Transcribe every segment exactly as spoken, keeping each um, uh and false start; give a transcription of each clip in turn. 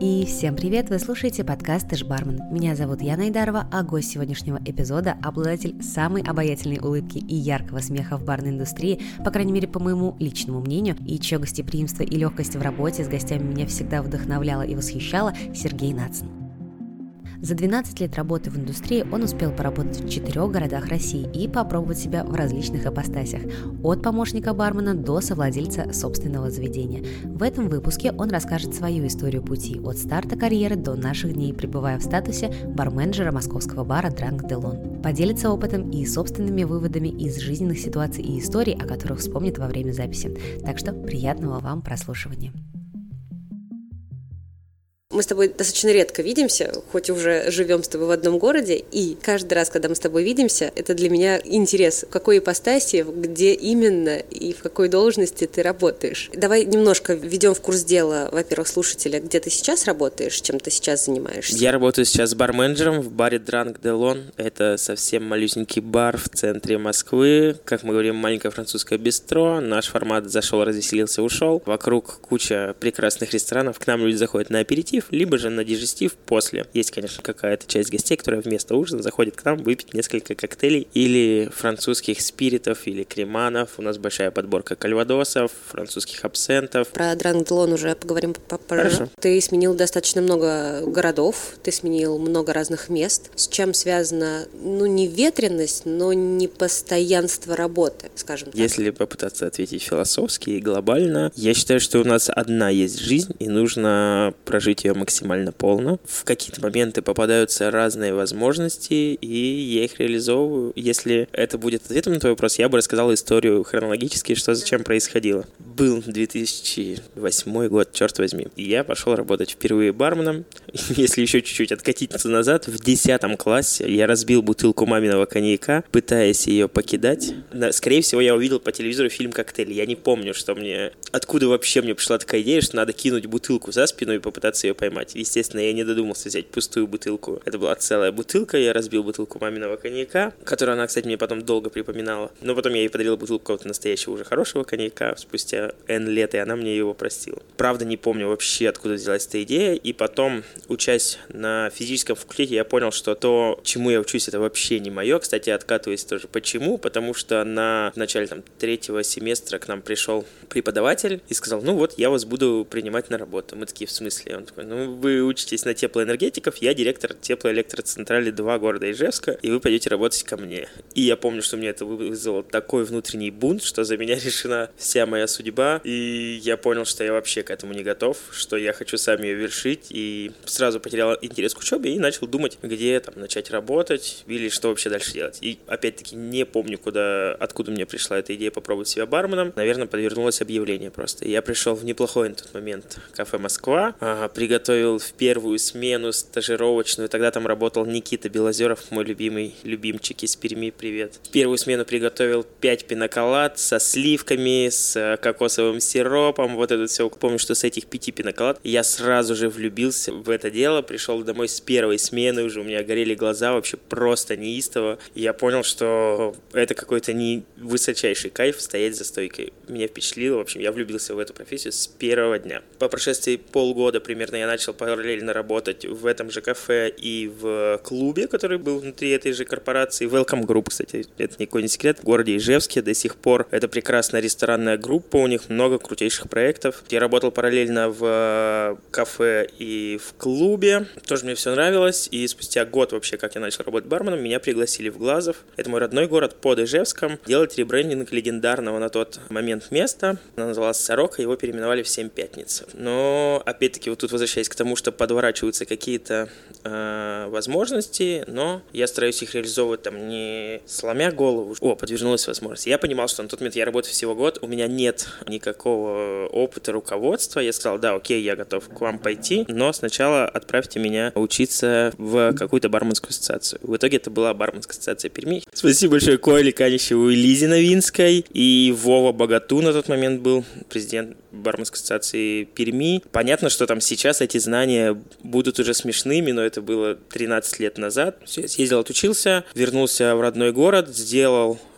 И всем привет! Вы слушаете подкаст «Ты ж бармен». Меня зовут Яна Айдарова, а гость сегодняшнего эпизода – обладатель самой обаятельной улыбки и яркого смеха в барной индустрии, по крайней мере, по моему личному мнению, и чье гостеприимство и легкость в работе с гостями меня всегда вдохновляло и восхищало – Сергей Нацин. За двенадцать лет работы в индустрии он успел поработать в четырех городах России и попробовать себя в различных ипостасях – от помощника бармена до совладельца собственного заведения. В этом выпуске он расскажет свою историю пути от старта карьеры до наших дней, пребывая в статусе барменджера московского бара Drank Delon. Поделится опытом и собственными выводами из жизненных ситуаций и историй, о которых вспомнит во время записи. Так что приятного вам прослушивания. Мы с тобой достаточно редко видимся, хоть уже живем с тобой в одном городе, и каждый раз, когда мы с тобой видимся, это для меня интерес, в какой ипостаси, где именно и в какой должности ты работаешь. Давай немножко введем в курс дела, во-первых, слушателя, где ты сейчас работаешь, чем ты сейчас занимаешься. Я работаю сейчас барменджером в баре Drank Delon. Это совсем малюсенький бар в центре Москвы. Как мы говорим, маленькое французское бистро. Наш формат зашел, развеселился, ушел. Вокруг куча прекрасных ресторанов. К нам люди заходят на аперитив, либо же на дижестив после. Есть, конечно, какая-то часть гостей, которая вместо ужина заходит к нам выпить несколько коктейлей или французских спиритов, или креманов. У нас большая подборка кальвадосов, французских абсентов. Про Drank Delon уже поговорим попозже. Хорошо. Ты сменил достаточно много городов, ты сменил много разных мест. С чем связана, ну, не ветренность, но не постоянство работы, скажем так? Если попытаться ответить философски и глобально, я считаю, что у нас одна есть жизнь, и нужно прожить ее максимально полно. В какие-то моменты попадаются разные возможности, и я их реализовываю. Если это будет ответом на твой вопрос, я бы рассказал историю хронологически, что зачем происходило. Был две тысячи восьмой год, черт возьми, и я пошел работать впервые барменом. Если еще чуть-чуть откатиться назад, в десятом классе я разбил бутылку маминого коньяка, пытаясь ее покидать. Скорее всего, я увидел по телевизору фильм «Коктейль». Я не помню, что мне... Откуда вообще мне пришла такая идея, что надо кинуть бутылку за спину и попытаться ее поймать. Естественно, я не додумался взять пустую бутылку. Это была целая бутылка, я разбил бутылку маминого коньяка, которую она, кстати, мне потом долго припоминала. Но потом я ей подарил бутылку какого-то настоящего уже хорошего коньяка спустя N лет, и она мне его простила. Правда, не помню вообще, откуда взялась эта идея, и потом, учась на физическом факультете, я понял, что то, чему я учусь, это вообще не мое. Кстати, откатываюсь тоже. Почему? Потому что на в начале там, третьего семестра к нам пришел преподаватель и сказал: ну вот, я вас буду принимать на работу. Мы такие: в смысле? Он такой: ну вы учитесь на теплоэнергетиков, я директор теплоэлектроцентрали два города Ижевска, и вы пойдете работать ко мне. И я помню, что мне это вызвало такой внутренний бунт, что за меня решена вся моя судьба, и я понял, что я вообще к этому не готов, что я хочу сам ее вершить, и сразу потерял интерес к учебе и начал думать, где там начать работать или что вообще дальше делать. И опять-таки не помню, куда, откуда мне пришла эта идея попробовать себя барменом. Наверное, подвернулось объявление просто. Я пришел в неплохой на тот момент кафе «Москва», приготовил в первую смену стажировочную, тогда там работал Никита Белозеров, мой любимый любимчик из Перми, привет. В первую смену приготовил пять пиноколад со сливками, с кокосовым сиропом, вот это все. Помню, что с этих пяти пиноколад я сразу же влюбился в это дело, пришел домой с первой смены, уже у меня горели глаза вообще просто неистово. И я понял, что это какой-то не высочайший кайф стоять за стойкой. Меня впечатлило, в общем, я влюбился в эту профессию с первого дня. По прошествии полгода примерно я начал параллельно работать в этом же кафе и в клубе, который был внутри этой же корпорации. Welcome Group, кстати, это никакой не секрет. В городе Ижевске до сих пор это прекрасная ресторанная группа, у них много крутейших проектов. Я работал параллельно в кафе и в клубе. Тоже мне все нравилось. И спустя год вообще, как я начал работать барменом, меня пригласили в Глазов. Это мой родной город под Ижевском. Делать ребрендинг легендарного на тот момент места. Она называлась «Сорока», его переименовали в «Семь пятниц». Но, опять-таки, вот тут возвращаясь к тому, что подворачиваются какие-то э, возможности, но я стараюсь их реализовывать там не сломя голову. О, подвернулась возможность. Я понимал, что на тот момент я работаю всего год, у меня нет никакого опыта руководства. Я сказал: да, окей, я готов к вам пойти, но сначала отправьте меня учиться в какую-то барменскую ассоциацию. В итоге это была барменская ассоциация Перми. Спасибо большое Коле Канищеву и Лизе Новинской, и Вова Богату на тот момент был президент барменской ассоциации Перми. Понятно, что там сейчас эти знания будут уже смешными, но это было тринадцать лет назад. Все, я съездил, отучился, вернулся в родной город, сделал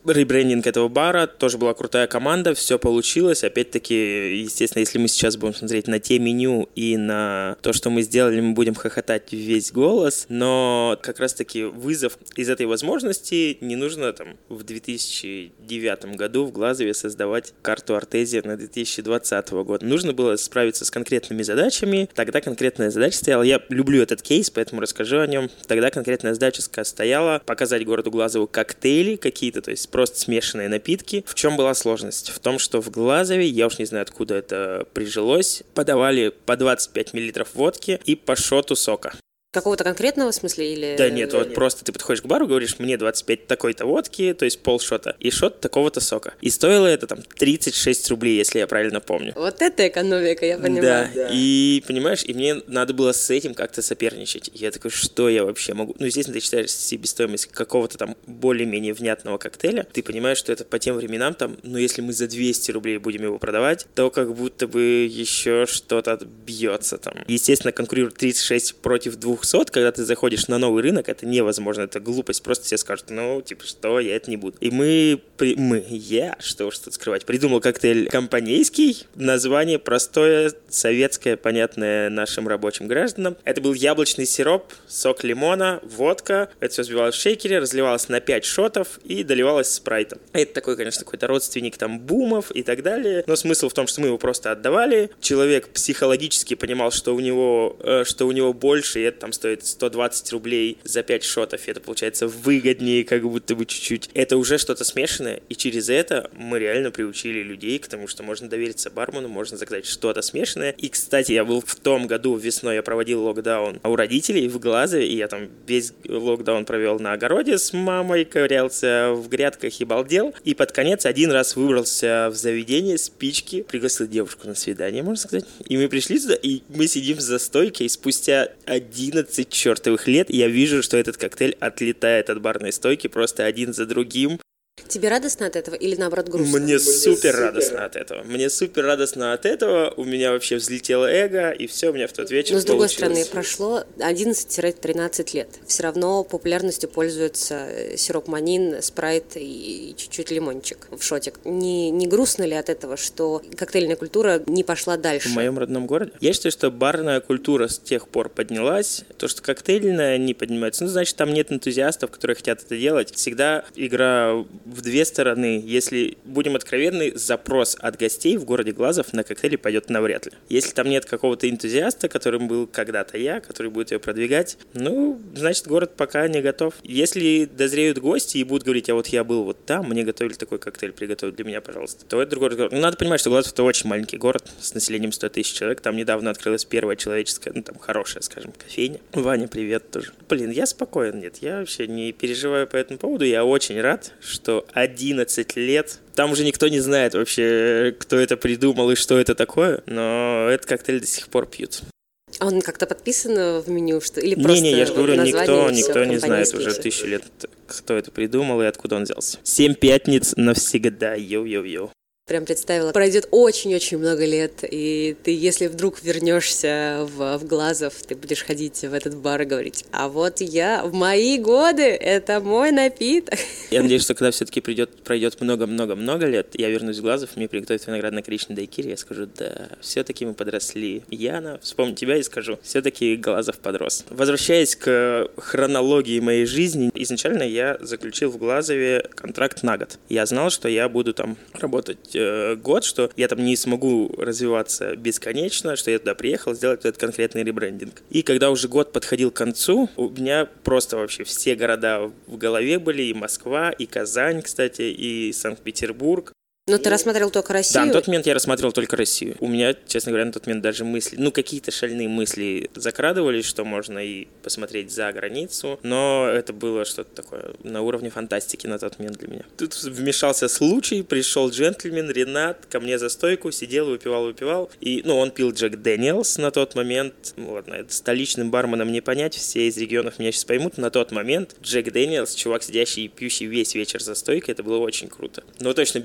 ребрендинг этого бара, тоже была крутая команда, все получилось. Опять-таки, естественно, если мы сейчас будем смотреть на те меню и на то, что мы сделали, мы будем хохотать в весь голос, но как раз-таки вызов из этой возможности не нужно там в две тысячи девятом году в Глазове создавать карту Артезия на две тысячи двадцатого года. Нужно было справиться с конкретными задачами, тогда конкретная задача стояла. Я люблю этот кейс, поэтому расскажу о нем. Тогда конкретная задача стояла показать городу Глазову коктейли какие-то, то есть просто смешанные напитки. В чем была сложность? В том, что в Глазове, я уж не знаю, откуда это прижилось, подавали по двадцать пять миллилитров водки и по шоту сока. Какого-то конкретного в смысле или... Да нет, вот просто ты подходишь к бару, говоришь, мне двадцать пять такой-то водки, то есть полшота, и шот такого-то сока. И стоило это там тридцать шесть рублей, если я правильно помню. Вот это экономика, я понимаю. Да, да. И понимаешь, и мне надо было с этим как-то соперничать. И я такой, что я вообще могу... Ну, естественно, ты считаешь себестоимость какого-то там более-менее внятного коктейля, ты понимаешь, что это по тем временам там, ну, если мы за двести рублей будем его продавать, то как будто бы еще что-то бьется там. Естественно, конкурирует тридцать шесть против двухсот, когда ты заходишь на новый рынок, это невозможно, это глупость, просто все скажут, ну, типа, что, я это не буду. И мы, при... мы, я, что уж тут скрывать, придумал коктейль компанейский, название простое, советское, понятное нашим рабочим гражданам. Это был яблочный сироп, сок лимона, водка, это все взбивалось в шейкере, разливалось на пять шотов и доливалось спрайтом. Это такой, конечно, какой-то родственник там бумов и так далее, но смысл в том, что мы его просто отдавали, человек психологически понимал, что у него, э, что у него больше, и это там стоит сто двадцать рублей за пять шотов, и это получается выгоднее как будто бы чуть-чуть. Это уже что-то смешанное, и через это мы реально приучили людей к тому, что можно довериться бармену, можно заказать что-то смешанное. И, кстати, я был в том году, весной я проводил локдаун у родителей в Глазове, и я там весь локдаун провел на огороде с мамой, ковырялся в грядках и балдел, и под конец один раз выбрался в заведение спички, пригласил девушку на свидание, можно сказать, и мы пришли туда, и мы сидим за стойкой, и спустя одиннадцать чертовых лет я вижу, что этот коктейль отлетает от барной стойки просто один за другим. Тебе радостно от этого или наоборот грустно? Мне, Мне супер, супер радостно от этого. Мне супер радостно от этого. У меня вообще взлетело эго, и все у меня в тот вечер Но с другой получилось. стороны, прошло одиннадцать-тринадцать лет. Все равно популярностью пользуется сироп манин, спрайт и чуть-чуть лимончик в шотик. Не, не грустно ли от этого, что коктейльная культура не пошла дальше? В моем родном городе? Я считаю, что барная культура с тех пор поднялась. То, что коктейльная не поднимается, ну, значит, там нет энтузиастов, которые хотят это делать. Всегда игра в две стороны. Если будем откровенны, запрос от гостей в городе Глазов на коктейли пойдет навряд ли. Если там нет какого-то энтузиаста, которым был когда-то я, который будет ее продвигать, ну, значит, город пока не готов. Если дозреют гости и будут говорить, а вот я был вот там, мне готовили такой коктейль, приготовили для меня, пожалуйста, то это другой разговор. Ну, надо понимать, что Глазов — это очень маленький город с населением сто тысяч человек. Там недавно открылась первая человеческая, ну, там, хорошая, скажем, кофейня. Ваня, привет тоже. Блин, я спокоен, нет, я вообще не переживаю по этому поводу. Я очень рад, что одиннадцать лет. Там уже никто не знает вообще, кто это придумал и что это такое, но этот коктейль до сих пор пьют. А он как-то подписан в меню, что или просто не, не, я же говорю, никто, никто не знает уже все. тысячу лет, кто это придумал и откуда он взялся. Семь пятниц навсегда, йоу-йоу-йоу. Прям представила. Пройдет очень-очень много лет, и ты, если вдруг вернешься в, в Глазов, ты будешь ходить в этот бар и говорить, а вот я в мои годы, это мой напиток. Я надеюсь, что когда все-таки придет, пройдет много-много-много лет, я вернусь в Глазов, мне приготовят виноградно-коричневый дайкири, я скажу, да, все-таки мы подросли. Яна, вспомню тебя и скажу, все-таки Глазов подрос. Возвращаясь к хронологии моей жизни, изначально я заключил в Глазове контракт на год. Я знал, что я буду там работать год, что я там не смогу развиваться бесконечно, что я туда приехал сделать этот конкретный ребрендинг. И когда уже год подходил к концу, у меня просто вообще все города в голове были, и Москва, и Казань, кстати, и Санкт-Петербург. Но ты рассматривал только Россию? Да, на тот момент я рассматривал только Россию. У меня, честно говоря, на тот момент даже мысли, ну, какие-то шальные мысли закрадывались, что можно и посмотреть за границу, но это было что-то такое на уровне фантастики на тот момент для меня. Тут вмешался случай, пришел джентльмен Ренат ко мне за стойку, сидел, выпивал, выпивал, и, ну, он пил Джек Дэниелс на тот момент, ну, ладно, это столичным барменам не понять, все из регионов меня сейчас поймут, на тот момент Джек Дэниелс, чувак, сидящий и пьющий весь вечер за стойкой, это было очень круто, но точно без колы,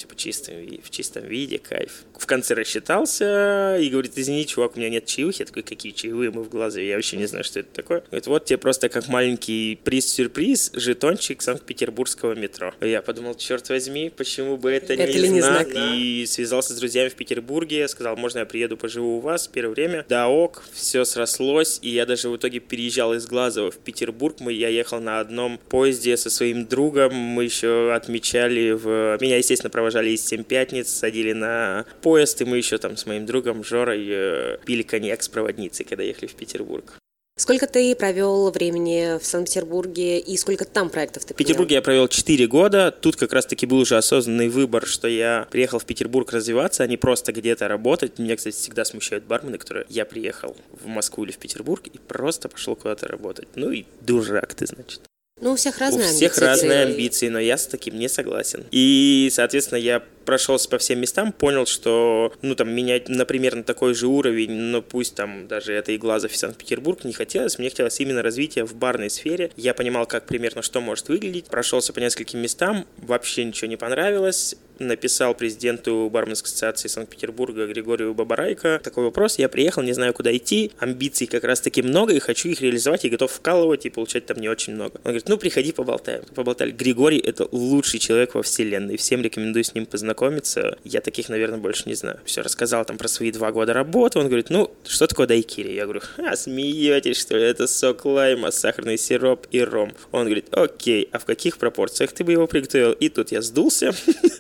типа, чистом, в чистом виде, кайф. В конце рассчитался и говорит, извини, чувак, у меня нет чаевых. Я такой, какие чаевые, мы в глаза, я вообще не знаю, что это такое. Говорит, вот тебе просто как маленький приз-сюрприз, жетончик Санкт-Петербургского метро. Я подумал, черт возьми, почему бы это, это не, не знак? И связался с друзьями в Петербурге, сказал, можно я приеду, поживу у вас первое время. Да ок, все срослось, и я даже в итоге переезжал из Глазова в Петербург. Мы, я ехал на одном поезде со своим другом, мы еще отмечали в... Меня, естественно, провожали из семь пятниц, садили на поезд, и мы еще там с моим другом Жорой э, пили коньяк с проводницей, когда ехали в Петербург. Сколько ты провел времени в Санкт-Петербурге и сколько там проектов ты В Петербурге я провел четыре года. Тут как раз-таки был уже осознанный выбор, что я приехал в Петербург развиваться, а не просто где-то работать. Меня, кстати, всегда смущают бармены, которые... Я приехал в Москву или в Петербург и просто пошел куда-то работать. Ну и дурак ты, значит. Ну, у всех разные амбиции. У всех амбиции. разные амбиции, но я с таким не согласен. И, соответственно, я прошелся по всем местам, понял, что, ну, там, менять, например, на такой же уровень, но пусть там даже это и Глазов, и Санкт-Петербург не хотелось, мне хотелось именно развития в барной сфере. Я понимал, как примерно что может выглядеть. Прошелся по нескольким местам, вообще ничего не понравилось. Написал президенту барменской ассоциации Санкт-Петербурга Григорию Бабарайко такой вопрос. Я приехал, не знаю, куда идти. Амбиций как раз-таки много, и хочу их реализовать, и готов вкалывать, и получать там не очень много. Он говорит, ну, приходи, поболтаем. Поболтали. Григорий — это лучший человек во вселенной. Всем рекомендую с ним познакомиться. Я таких, наверное, больше не знаю. Все, рассказал там про свои два года работы. Он говорит, ну, что такое дайкири? Я говорю, а, смеетесь, что ли? Это сок лайма, сахарный сироп и ром. Он говорит, окей, а в каких пропорциях ты бы его приготовил? И тут я сдулся.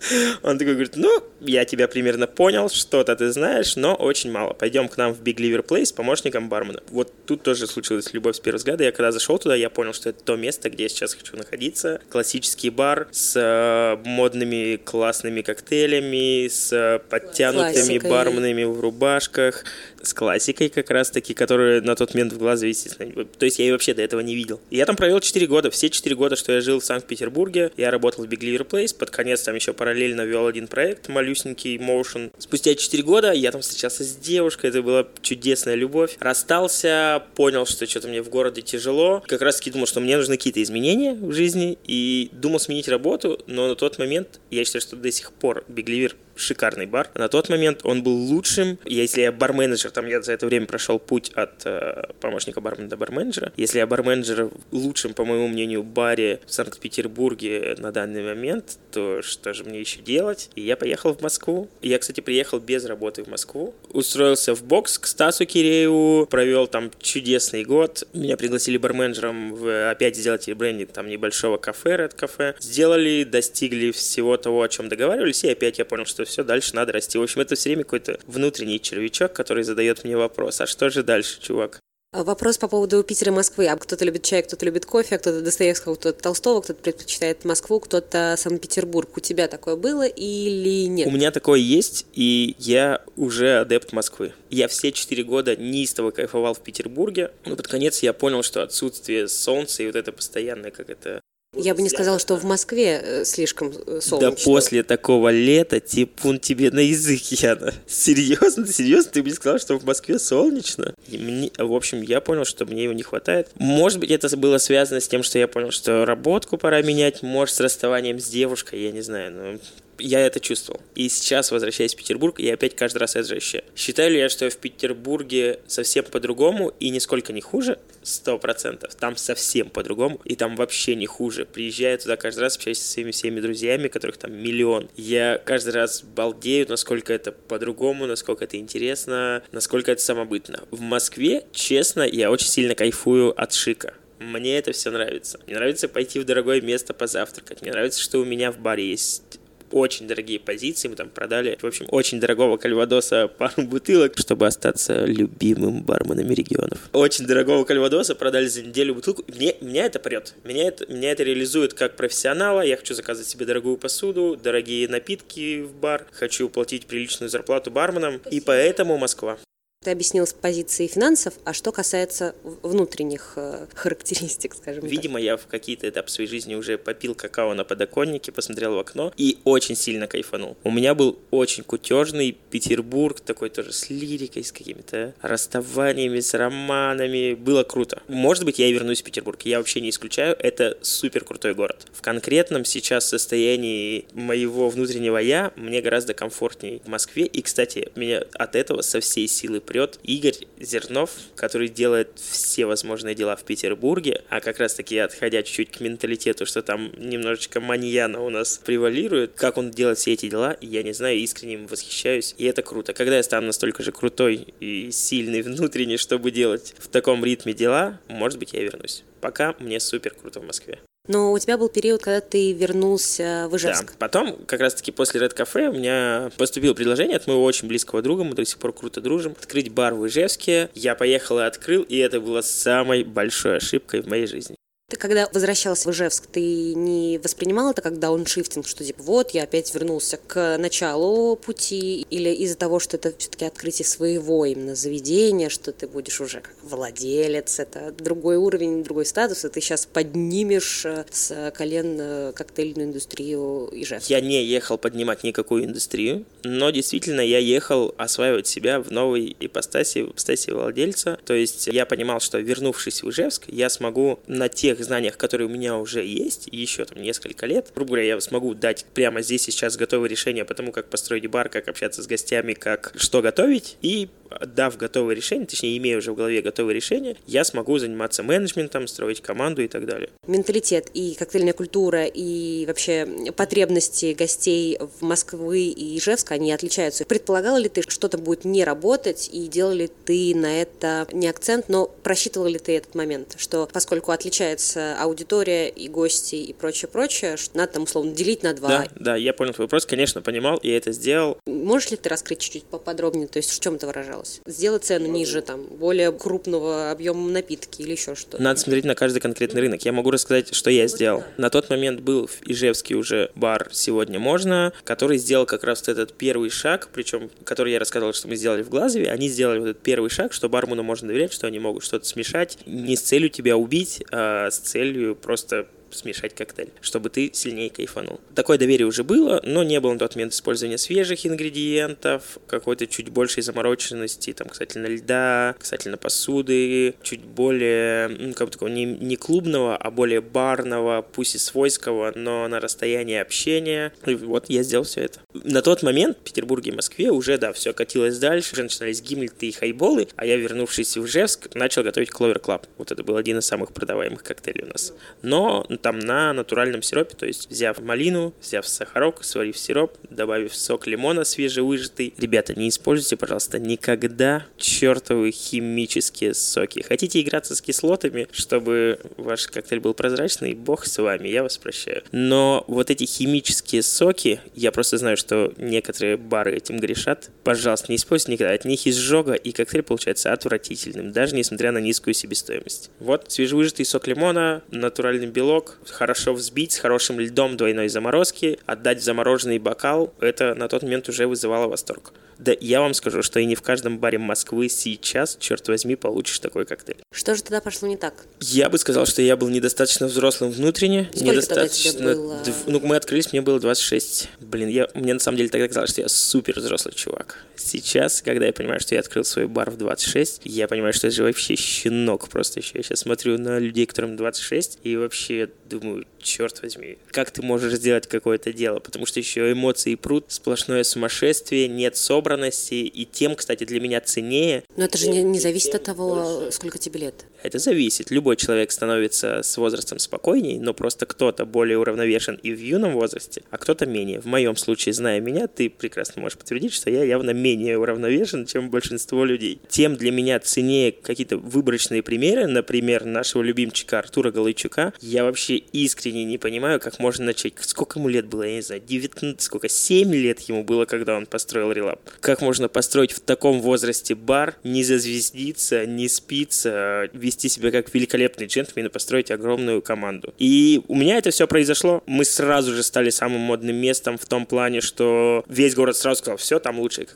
Он такой говорит, ну, я тебя примерно понял, что-то ты знаешь, но очень мало. Пойдем к нам в Big Liver Place помощником бармена. Вот тут тоже случилась любовь с первого взгляда. Я когда зашел туда, я понял, что это то место, где я сейчас хочу находиться. Классический бар с э, модными классными коктейлями, с э, подтянутыми классикой. Барменами в рубашках, с классикой как раз-таки, которая на тот момент в Глазове, естественно. То есть я ее вообще до этого не видел. И я там провел четыре года. Все четыре года, что я жил в Санкт-Петербурге, я работал в Big Liver Place. Под конец там еще параллельно вел один проект, малюсенький Motion. Спустя четыре года я там встречался с девушкой, это была чудесная любовь. Расстался, понял, что что-то мне в городе тяжело. Как раз-таки думал, что мне нужны какие-то изменения в жизни. И думал сменить работу, но на тот момент, я считаю, что до сих пор Big Liver шикарный бар. На тот момент он был лучшим. Если я бар-менеджер, там я за это время прошел путь от э, помощника бармена до бар-менеджера. Если я бар-менеджер в лучшем, по моему мнению, баре в Санкт-Петербурге на данный момент, то что же мне еще делать? И я поехал в Москву. Я, кстати, приехал без работы в Москву. Устроился в бокс к Стасу Кирееву. Провел там чудесный год. Меня пригласили бар-менеджером в, опять сделать ребрендинг там небольшого кафе, Red Cafe. Сделали, достигли всего того, о чем договаривались. И опять я понял, что все, дальше надо расти. В общем, это все время какой-то внутренний червячок, который задает мне вопрос, а что же дальше, чувак? Вопрос по поводу Питера и Москвы. А кто-то любит чай, кто-то любит кофе, а кто-то Достоевского, кто-то Толстого, кто-то предпочитает Москву, кто-то Санкт-Петербург. У тебя такое было или нет? У меня такое есть, и я уже адепт Москвы. Я все четыре года неистово кайфовал в Петербурге, но под конец я понял, что отсутствие солнца и вот это постоянное, как это... Я бы не сказала, что в Москве слишком солнечно. Да после такого лета типун тебе на язык, Яна. Серьезно? Ты серьезно? Ты бы не сказала, что в Москве солнечно? И мне, в общем, я понял, что мне его не хватает. Может быть, это было связано с тем, что я понял, что работку пора менять, может, с расставанием с девушкой, я не знаю, но... Я это чувствовал. И сейчас, возвращаясь в Петербург, я опять каждый раз это же ощущаю. Считаю ли я, что я в Петербурге совсем по-другому и нисколько не хуже? Сто процентов. Там совсем по-другому, и там вообще не хуже. Приезжаю туда каждый раз, общаюсь со своими всеми друзьями, которых там миллион. Я каждый раз балдею, насколько это по-другому, насколько это интересно, насколько это самобытно. В Москве, честно, я очень сильно кайфую от шика. Мне это все нравится. Мне нравится пойти в дорогое место позавтракать. Мне нравится, что у меня в баре есть очень дорогие позиции, мы там продали, в общем, очень дорогого кальвадоса пару бутылок, чтобы остаться любимым барменами регионов. Очень дорогого кальвадоса продали за неделю бутылку. Мне, меня это прет. Меня это, меня это реализует как профессионала. Я хочу заказывать себе дорогую посуду, дорогие напитки в бар. Хочу платить приличную зарплату барменам. И поэтому Москва. ты объяснил с позиции финансов, а что касается внутренних э, характеристик, скажем так? Видимо, я в какие-то этапы своей жизни уже попил какао на подоконнике, посмотрел в окно и очень сильно кайфанул. У меня был очень кутежный Петербург, такой тоже с лирикой, с какими-то расставаниями, с романами. Было круто. Может быть, я и вернусь в Петербург. Я вообще не исключаю. Это супер крутой город. В конкретном сейчас состоянии моего внутреннего я мне гораздо комфортнее в Москве. И, кстати, меня от этого со всей силы прет Игорь Зернов, который делает все возможные дела в Петербурге, а как раз-таки отходя чуть-чуть к менталитету, что там немножечко маньяна у нас превалирует, как он делает все эти дела, я не знаю, искренне им восхищаюсь, и это круто. Когда я стану настолько же крутой и сильный внутренне, чтобы делать в таком ритме дела, может быть, я вернусь. Пока мне супер круто в Москве. Но у тебя был период, когда ты вернулся в Ижевск. Да, потом, как раз-таки после Red Cafe, у меня поступило предложение от моего очень близкого друга, мы до сих пор круто дружим, открыть бар в Ижевске. Я поехал и открыл, и это было самой большой ошибкой в моей жизни. Ты когда возвращался в Ижевск, ты не воспринимал это как дауншифтинг, что типа вот я опять вернулся к началу пути, или из-за того, что это все-таки открытие своего именно заведения, что ты будешь уже как владелец, это другой уровень, другой статус, и ты сейчас поднимешь с колен коктейльную индустрию Ижевска? Я не ехал поднимать никакую индустрию, но действительно я ехал осваивать себя в новой ипостаси, в ипостаси владельца, то есть я понимал, что вернувшись в Ижевск, я смогу на тех знаниях, которые у меня уже есть, еще там несколько лет, грубо говоря, я смогу дать прямо здесь и сейчас готовое решение по тому, как построить бар, как общаться с гостями, как что готовить, и дав готовое решение, точнее, имея уже в голове готовое решение, я смогу заниматься менеджментом, строить команду и так далее. Менталитет и коктейльная культура, и вообще потребности гостей в Москвы и Ижевска, они отличаются. Предполагала ли ты, что что-то будет не работать, и делал ли ты на это не акцент, но просчитывал ли ты этот момент, что поскольку отличается аудитория и гости и прочее-прочее, надо там условно делить на два? Да, да, я понял твой вопрос, конечно, понимал, и это сделал. Можешь ли ты раскрыть чуть-чуть поподробнее, то есть в чем это выражалось? Сделать цену ниже, там, более крупного объема напитки или еще что-то? Надо смотреть на каждый конкретный рынок. Я могу рассказать, что я сделал. На тот момент был в Ижевске уже бар «Сегодня можно», который сделал как раз этот первый шаг, причем, который я рассказывал, что мы сделали в Глазове, они сделали вот этот первый шаг, что бармену можно доверять, что они могут что-то смешать, не с целью тебя убить, а с целью просто смешать коктейль, чтобы ты сильнее кайфанул. Такое доверие уже было, но не было на тот момент использования свежих ингредиентов, какой-то чуть большей замороченности, там, касательно льда, касательно посуды, чуть более, ну, как бы такого не, не клубного, а более барного, пусть и свойского, но на расстоянии общения. И вот я сделал все это. На тот момент в Петербурге и Москве уже, да, все катилось дальше, уже начинались гимлеты и хайболы, а я, вернувшись в Ижевск, начал готовить Clover Club. Вот это был один из самых продаваемых коктейлей у нас. Но там на натуральном сиропе, то есть взяв малину, взяв сахарок, сварив сироп, добавив сок лимона свежевыжатый. Ребята, не используйте, пожалуйста, никогда чертовы химические соки. Хотите играться с кислотами, чтобы ваш коктейль был прозрачный, бог с вами, я вас прощаю. Но вот эти химические соки, я просто знаю, что некоторые бары этим грешат. Пожалуйста, не используйте никогда. От них изжога, и коктейль получается отвратительным, даже несмотря на низкую себестоимость. Вот свежевыжатый сок лимона, натуральный белок, хорошо взбить с хорошим льдом двойной заморозки, отдать в замороженный бокал, это на тот момент уже вызывало восторг. Да я вам скажу, что и не в каждом баре Москвы сейчас, черт возьми, получишь такой коктейль. Что же тогда пошло не так? Я бы сказал, что я был недостаточно взрослым внутренне. Сколько недостаточно... тогда тебе было? Ну, мы открылись, мне было двадцать шесть. Блин, я... мне на самом деле тогда казалось, что я супер взрослый чувак. Сейчас, когда я понимаю, что я открыл свой бар в двадцать шесть, я понимаю, что я же вообще щенок просто еще. Я сейчас смотрю на людей, которым двадцать шесть, и вообще думаю, черт возьми, как ты можешь сделать какое-то дело? Потому что еще эмоции прут, сплошное сумасшествие, нет собранности, и тем, кстати, для меня ценнее. Но это же не, не зависит от того, сколько тебе лет. Это зависит. Любой человек становится с возрастом спокойней, но просто кто-то более уравновешен и в юном возрасте, а кто-то менее. В моем случае, зная меня, ты прекрасно можешь подтвердить, что я явно менее уравновешен, чем большинство людей. Тем для меня ценнее какие-то выборочные примеры, например, нашего любимчика Артура Галайчука. Я вообще искренне не понимаю, как можно начать. Сколько ему лет было, я не знаю, девятнадцать, сколько, семь лет ему было, когда он построил Релап. Как можно построить в таком возрасте бар, не зазвездиться, не спиться, вести себя как великолепный джентльмен и построить огромную команду. И у меня это все произошло. Мы сразу же стали самым модным местом в том плане, что весь город сразу сказал, все, там лучший коктейль.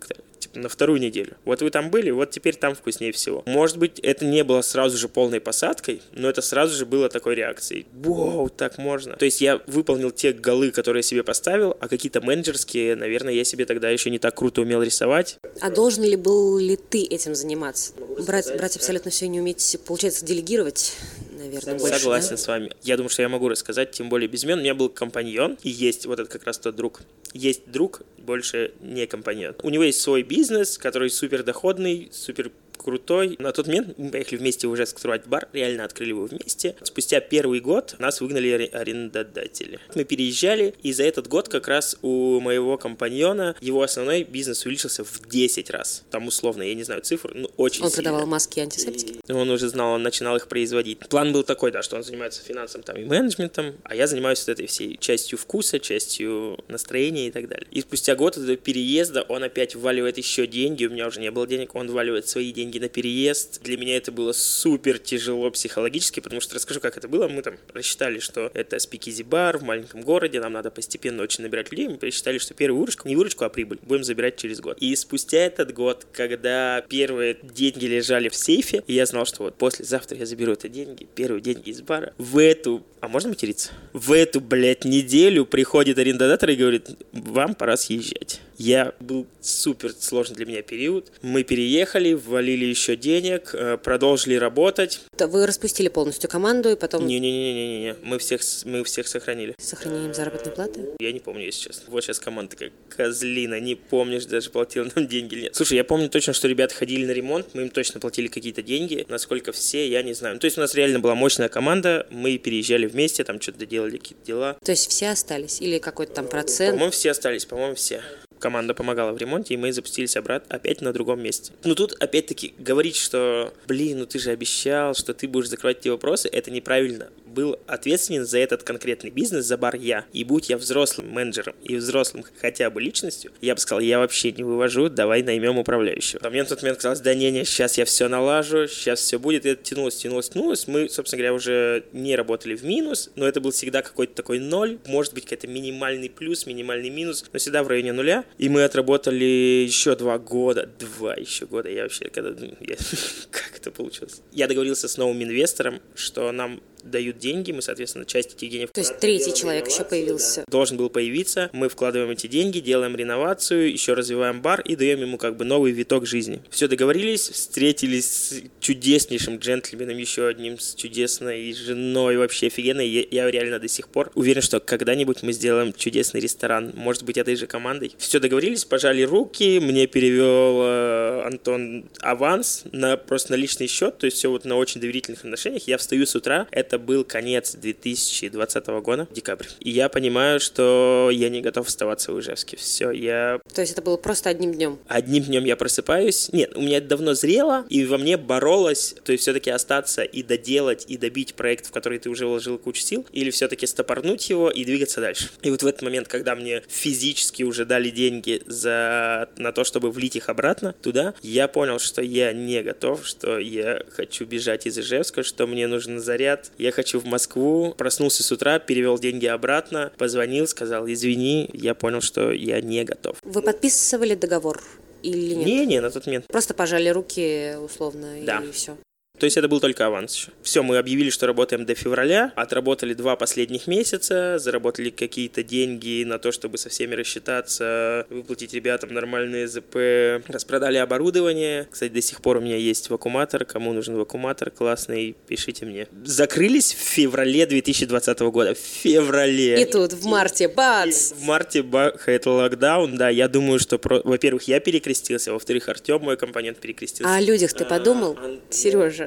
типа, на вторую неделю. Вот вы там были, вот теперь там вкуснее всего. Может быть, это не было сразу же полной посадкой, но это сразу же было такой реакцией. Вау, так можно. То есть я выполнил те голы, которые я себе поставил, а какие-то менеджерские, наверное, я себе тогда еще не так круто умел рисовать. А должен ли был ли ты этим заниматься? Брать, брать абсолютно все и не уметь, получается, делегировать, наверное, больше, Согласен да? с вами. Я думаю, что я могу рассказать, тем более без имен. У меня был компаньон, и есть вот этот как раз тот друг. Есть друг, больше не компаньон. У него есть свой бизнес, который супер доходный, супер крутой. На тот момент мы поехали вместе уже открывать бар, реально открыли его вместе. Спустя первый год нас выгнали арендодатели. Мы переезжали, и за этот год как раз у моего компаньона его основной бизнес увеличился в десять раз. Там условно, я не знаю цифр, но очень Он сильно. продавал маски и антисептики? Он уже знал, он начинал их производить. План был такой, да, что он занимается финансом там, и менеджментом, а я занимаюсь вот этой всей частью вкуса, частью настроения и так далее. И спустя год этого переезда он опять вваливает еще деньги, у меня уже не было денег, он вваливает свои деньги на переезд. Для меня это было супер тяжело психологически, потому что расскажу, как это было. Мы там рассчитали, что это спикизи-бар в маленьком городе, нам надо постепенно очень набирать людей. Мы посчитали, что первую выручку, не выручку, а прибыль, будем забирать через год. И спустя этот год, когда первые деньги лежали в сейфе, и я знал, что вот послезавтра я заберу эти деньги, первые деньги из бара, в эту, а можно материться? В эту, блядь, неделю приходит арендодатор и говорит, вам пора съезжать. Я был супер сложный для меня период. Мы переехали, ввалили еще денег, продолжили работать. Вы распустили полностью команду и потом... Не-не-не-не-не, мы всех, мы всех сохранили. С сохранением заработной платы? Я не помню, если честно. Вот сейчас команда как козлина, не помнишь, даже платила нам деньги или нет. Слушай, я помню точно, что ребята ходили на ремонт, мы им точно платили какие-то деньги. Насколько все, я не знаю. Ну, то есть у нас реально была мощная команда, мы переезжали вместе, там что-то делали, какие-то дела. То есть все остались? Или какой-то там процент? По-моему, все остались, по-моему, все. Команда помогала в ремонте, и мы запустились обратно опять на другом месте. Но тут опять-таки говорить, что, блин, ну ты же обещал, что ты будешь закрывать эти вопросы, это неправильно. Был ответственен за этот конкретный бизнес, за бар я. И будь я взрослым менеджером и взрослым хотя бы личностью, я бы сказал, я вообще не вывожу, давай наймем управляющего. А мне в тот момент казалось, да не-не, сейчас я все налажу, сейчас все будет. И это тянулось, тянулось, тянулось. Мы, собственно говоря, уже не работали в минус, но это был всегда какой-то такой ноль, может быть, какой-то минимальный плюс, минимальный минус, но всегда в районе нуля. И мы отработали еще два года, два еще года, я вообще, когда, я, как это получилось? Я договорился с новым инвестором, что нам дают деньги, мы, соответственно, часть этих денег... То есть третий человек еще появился. Должен был появиться, мы вкладываем эти деньги, делаем реновацию, еще развиваем бар и даем ему как бы новый виток жизни. Все договорились, встретились с чудеснейшим джентльменом, еще одним, с чудесной женой, вообще офигенной. Я, я реально до сих пор уверен, что когда-нибудь мы сделаем чудесный ресторан, может быть, этой же командой. Все договорились, пожали руки, мне перевел э, Антон аванс на просто на личный счет, то есть все вот на очень доверительных отношениях. Я встаю с утра, это Это был конец две тысячи двадцатого года, декабрь. И я понимаю, что я не готов оставаться в Ижевске. Все, я... То есть это было просто одним днем? Одним днем я просыпаюсь. Нет, у меня это давно зрело, и во мне боролось, то есть все-таки остаться и доделать, и добить проект, в который ты уже вложил кучу сил, или все-таки стопорнуть его и двигаться дальше. И вот в этот момент, когда мне физически уже дали деньги за... на то, чтобы влить их обратно туда, я понял, что я не готов, что я хочу бежать из Ижевска, что мне нужен заряд. Я хочу в Москву, проснулся с утра, перевел деньги обратно, позвонил, сказал, извини, я понял, что я не готов. Вы подписывали договор или нет? Не-не, на тот момент. Просто пожали руки условно, да. И все. То есть это был только аванс еще. Все, мы объявили, что работаем до февраля, отработали два последних месяца, заработали какие-то деньги на то, чтобы со всеми рассчитаться, выплатить ребятам нормальные ЗП, распродали оборудование. Кстати, до сих пор у меня есть вакууматор, кому нужен вакууматор классный, пишите мне. Закрылись в феврале две тысячи двадцатого года, в феврале. И тут в марте, бац! И в марте бахает локдаун, да, я думаю, что, про... во-первых, я перекрестился, во-вторых, Артем, мой компонент, перекрестился. А о людях ты подумал, а, Сережа?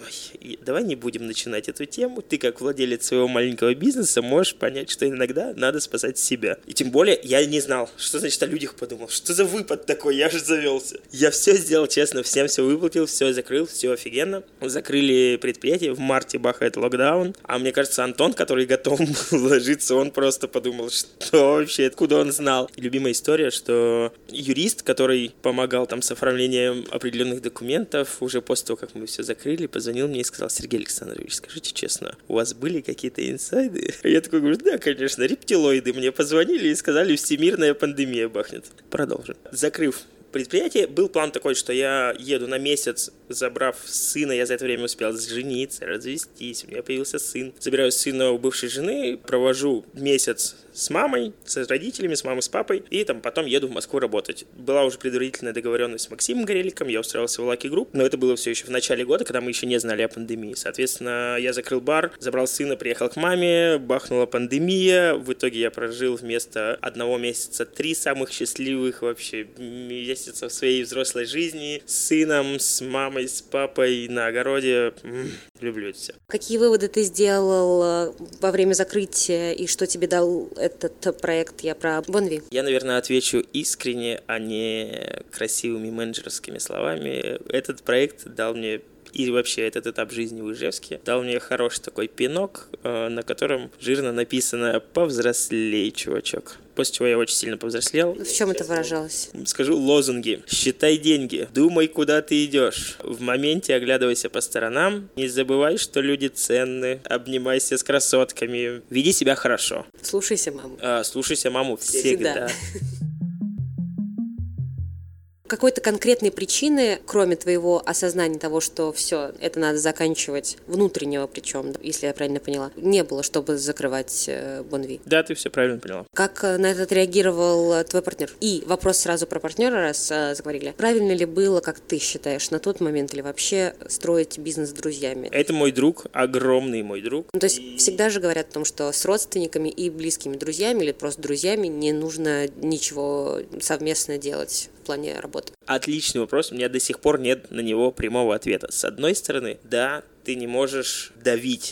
Ой, давай не будем начинать эту тему. Ты, как владелец своего маленького бизнеса, можешь понять, что иногда надо спасать себя. И тем более я не знал, что значит о людях подумал. Что за выпад такой? Я же завелся. Я все сделал честно, всем все выплатил, все закрыл, все офигенно. Закрыли предприятие, в марте бахает локдаун. А мне кажется, Антон, который готов был ложиться, он просто подумал, что вообще, откуда он знал. И любимая история, что юрист, который помогал там с оформлением определенных документов, уже после того, как мы все закрыли, позвонил мне и сказал, Сергей Александрович, скажите честно, у вас были какие-то инсайды? Я такой говорю, да, конечно, рептилоиды мне позвонили и сказали, всемирная пандемия бахнет. Продолжим. Закрыв предприятии. Был план такой, что я еду на месяц, забрав сына, я за это время успел жениться, развестись, у меня появился сын. Забираю сына у бывшей жены, провожу месяц с мамой, с родителями, с мамой, с папой, и там потом еду в Москву работать. Была уже предварительная договоренность с Максимом Гореликом, я устраивался в Lucky Group, но это было все еще в начале года, когда мы еще не знали о пандемии. Соответственно, я закрыл бар, забрал сына, приехал к маме, бахнула пандемия, в итоге я прожил вместо одного месяца три самых счастливых вообще месяца в своей взрослой жизни с сыном, с мамой, с папой на огороде. М-м, люблю это все. Какие выводы ты сделал во время закрытия и что тебе дал этот проект? Я про Bonvi. Я, наверное, отвечу искренне, а не красивыми менеджерскими словами. Этот проект дал мне, и вообще этот этап жизни в Ижевске, дал мне хороший такой пинок, на котором жирно написано «Повзрослей, чувачок». После чего я очень сильно повзрослел. В чем это выражалось? Скажу лозунги. Считай деньги. Думай, куда ты идешь. В моменте оглядывайся по сторонам. Не забывай, что люди ценны. Обнимайся с красотками. Веди себя хорошо. Слушайся маму. А, слушайся маму всегда. всегда. Какой-то конкретной причины, кроме твоего осознания того, что все, это надо заканчивать, внутреннего причем, если я правильно поняла, не было, чтобы закрывать Bonvi? Да, ты все правильно поняла. Как на это отреагировал твой партнер? И вопрос сразу про партнера, раз а, заговорили. Правильно ли было, как ты считаешь, на тот момент или вообще строить бизнес с друзьями? Это мой друг, огромный мой друг. Ну, то есть и... всегда же говорят о том, что с родственниками и близкими друзьями или просто друзьями не нужно ничего совместно делать в плане работы. Отличный вопрос, у меня до сих пор нет на него прямого ответа. С одной стороны, да, ты не можешь давить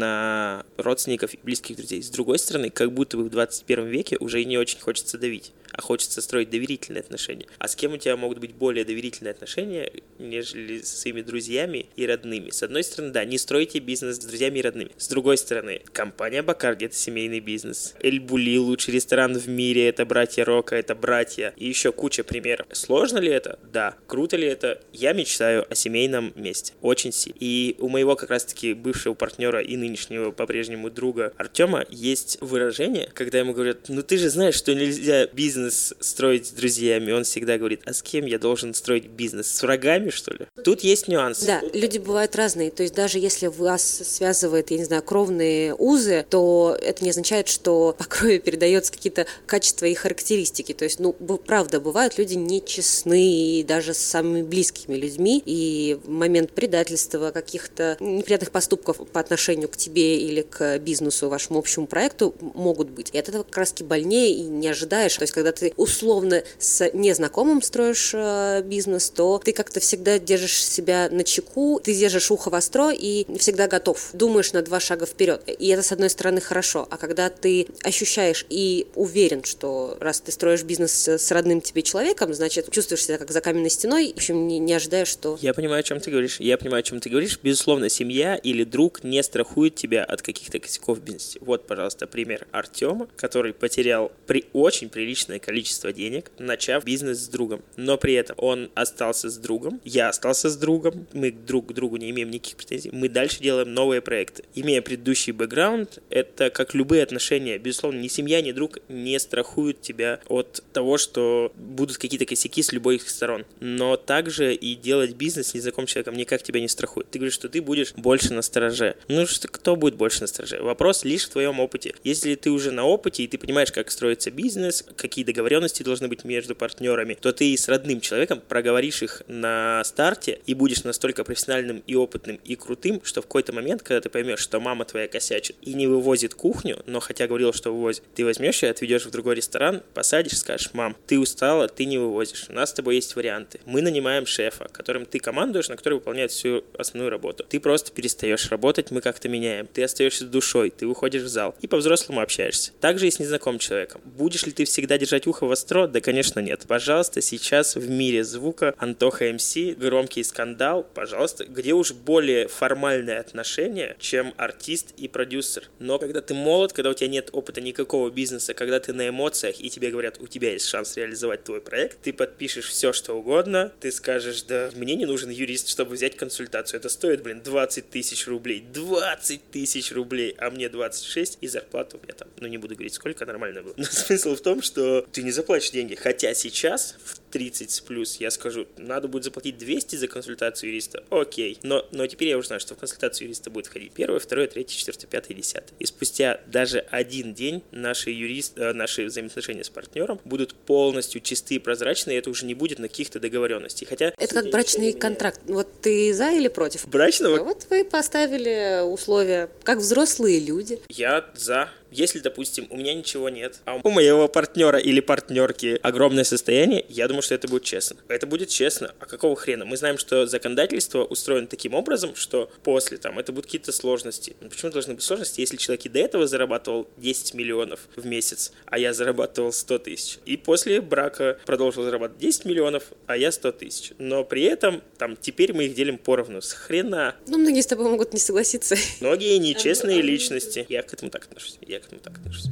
на родственников и близких друзей. С другой стороны, как будто бы в двадцать первом веке уже и не очень хочется давить, а хочется строить доверительные отношения. А с кем у тебя могут быть более доверительные отношения, нежели со своими друзьями и родными? С одной стороны, да, не стройте бизнес с друзьями и родными. С другой стороны, компания Бакарди — это семейный бизнес. Эль Були — лучший ресторан в мире, это братья Рока, это братья. И еще куча примеров. Сложно ли это? Да. Круто ли это? Я мечтаю о семейном месте. Очень сильно. И у моего как раз-таки бывшего партнера и нынешнего по-прежнему друга Артема есть выражение, когда ему говорят: ну ты же знаешь, что нельзя бизнес строить с друзьями. Он всегда говорит: а с кем я должен строить бизнес? С врагами, что ли? Тут есть нюанс. Да, люди бывают разные. То есть даже если вас связывает, я не знаю, кровные узы, то это не означает, что по крови передается какие-то качества и характеристики. То есть, ну, правда, бывают люди нечестны и даже с самыми близкими людьми, и в момент предательства, каких-то неприятных поступков по отношению к тебе или к бизнесу, вашему общему проекту могут быть. И от этого как раз-таки больнее и не ожидаешь. То есть, когда ты условно с незнакомым строишь э, бизнес, то ты как-то всегда держишь себя на чеку, ты держишь ухо востро и всегда готов. Думаешь на два шага вперед. И это, с одной стороны, хорошо. А когда ты ощущаешь и уверен, что раз ты строишь бизнес с родным тебе человеком, значит, чувствуешь себя как за каменной стеной, в общем, не, не ожидаешь, что... Я понимаю, о чем ты говоришь. Я понимаю, о чем ты говоришь. Безусловно, семья или друг не страхует тебя от каких-то косяков в бизнесе. Вот, пожалуйста, пример Артема, который потерял при очень приличное количество денег, начав бизнес с другом. Но при этом он остался с другом, я остался с другом, мы друг к другу не имеем никаких претензий, мы дальше делаем новые проекты. Имея предыдущий бэкграунд, это как любые отношения. Безусловно, ни семья, ни друг не страхуют тебя от того, что будут какие-то косяки с любой их сторон. Но также и делать бизнес с незнакомым человеком никак тебя не страхует. Ты говоришь, что ты будешь больше настороже. Ну что, кто будет больше настороже? Вопрос лишь в твоем опыте. Если ты уже на опыте и ты понимаешь, как строится бизнес, какие договоренности должны быть между партнерами, то ты и с родным человеком проговоришь их на старте и будешь настолько профессиональным и опытным и крутым, что в какой-то момент, когда ты поймешь, что мама твоя косячит и не вывозит кухню, но хотя говорила, что вывозит, ты возьмешь ее, отведешь в другой ресторан, посадишь, скажешь: мам, ты устала, ты не вывозишь, у нас с тобой есть варианты. Мы нанимаем шефа, которым ты командуешь, на который выполняет всю основную работу. Ты просто перестаешь работать, мы как-то меняем. Ты остаешься с душой, ты выходишь в зал и по-взрослому общаешься. Также и с незнакомым человеком. Будешь ли ты всегда держать ухо востро? Да, конечно, нет. Пожалуйста, сейчас в мире звука Антоха эм си, громкий скандал, пожалуйста, где уж более формальные отношения, чем артист и продюсер. Но когда ты молод, когда у тебя нет опыта никакого бизнеса, когда ты на эмоциях и тебе говорят: у тебя есть шанс реализовать твой проект, ты подпишешь все, что угодно, ты скажешь: да, мне не нужен юрист, чтобы взять консультацию. Это стоит, блин, двадцать тысяч рублей. двадцать тысяч рублей, а мне двадцать шесть, и зарплата у меня там, ну не буду говорить сколько, нормально было. Но смысл в том, что ты не заплатишь деньги. Хотя сейчас в тридцать плюс я скажу, надо будет заплатить двести за консультацию юриста. Окей. Но, но теперь я уже знаю, что в консультацию юриста будет входить первое, второе, третье, четвертое, пятое, десятое. И спустя даже один день наши юристы, наши взаимоотношения с партнером будут полностью чистые, прозрачные, и это уже не будет на каких-то договоренностей. Хотя это как брачный контракт. Вот ты за или против? Брачного? А вот вы поставили условия, как взрослые люди. Я за. Если, допустим, у меня ничего нет, а у моего партнера или партнерки огромное состояние, я думаю, что это будет честно. Это будет честно. А какого хрена? Мы знаем, что законодательство устроено таким образом, что после там это будут какие-то сложности. Но почему должны быть сложности, если человек и до этого зарабатывал десять миллионов в месяц, а я зарабатывал сто тысяч? И после брака продолжил зарабатывать десять миллионов, а я сто тысяч. Но при этом там теперь мы их делим поровну. С хрена. Ну, многие с тобой могут не согласиться. Многие нечестные личности. Я к этому так отношусь. Я к этому так отношусь.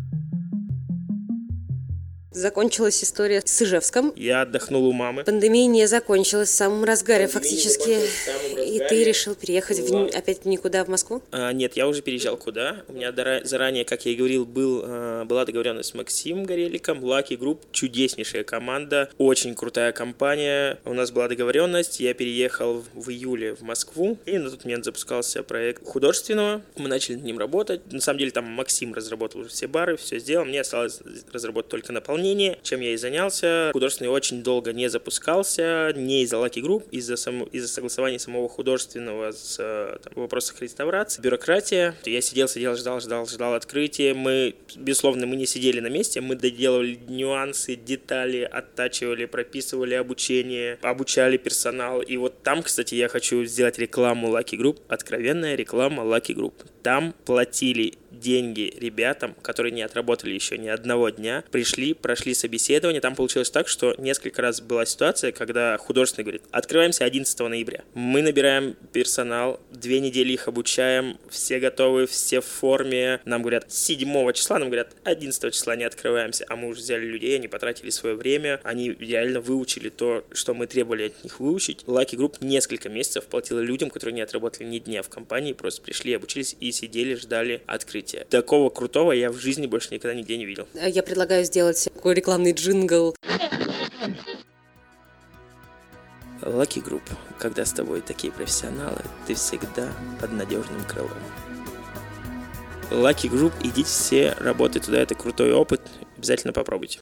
Закончилась история с Ижевском. Я отдохнул у мамы. Пандемия не закончилась в самом разгаре Пандемия фактически. И ты решил переехать в... опять никуда в Москву? А, нет, я уже переезжал куда. У меня дора... заранее, как я и говорил, был, а, была договоренность с Максимом Гореликом, Lucky Group, чудеснейшая команда, очень крутая компания. У нас была договоренность, я переехал в июле в Москву, и на тот момент запускался проект художественного. Мы начали над ним работать. На самом деле там Максим разработал уже все бары, все сделал. Мне осталось разработать только наполнение, чем я и занялся. Художественный очень долго не запускался, не из-за Lucky Group, из-за, само, из-за согласования самого художественного с там, в вопросах реставрации, бюрократия. Я сидел, сидел, ждал, ждал, ждал открытия. Мы, безусловно, мы не сидели на месте, мы доделывали нюансы, детали, оттачивали, прописывали обучение, обучали персонал. И вот там, кстати, я хочу сделать рекламу Lucky Group, откровенная реклама Lucky Group. Там платили деньги ребятам, которые не отработали еще ни одного дня, пришли, прошли собеседование. Там получилось так, что несколько раз была ситуация, когда художественный говорит: открываемся одиннадцатого ноября. Мы набираем персонал, две недели их обучаем, все готовы, все в форме. Нам говорят седьмого числа, нам говорят одиннадцатого числа не открываемся. А мы уже взяли людей, они потратили свое время, они реально выучили то, что мы требовали от них выучить. Lucky Group несколько месяцев платила людям, которые не отработали ни дня в компании, просто пришли, обучились и сидели, ждали открытия. Такого крутого я в жизни больше никогда нигде не видел. Я предлагаю сделать такой рекламный джингл. Lucky Group. Когда с тобой такие профессионалы, ты всегда под надежным крылом. Lucky Group, идите все, работать туда, это крутой опыт, обязательно попробуйте.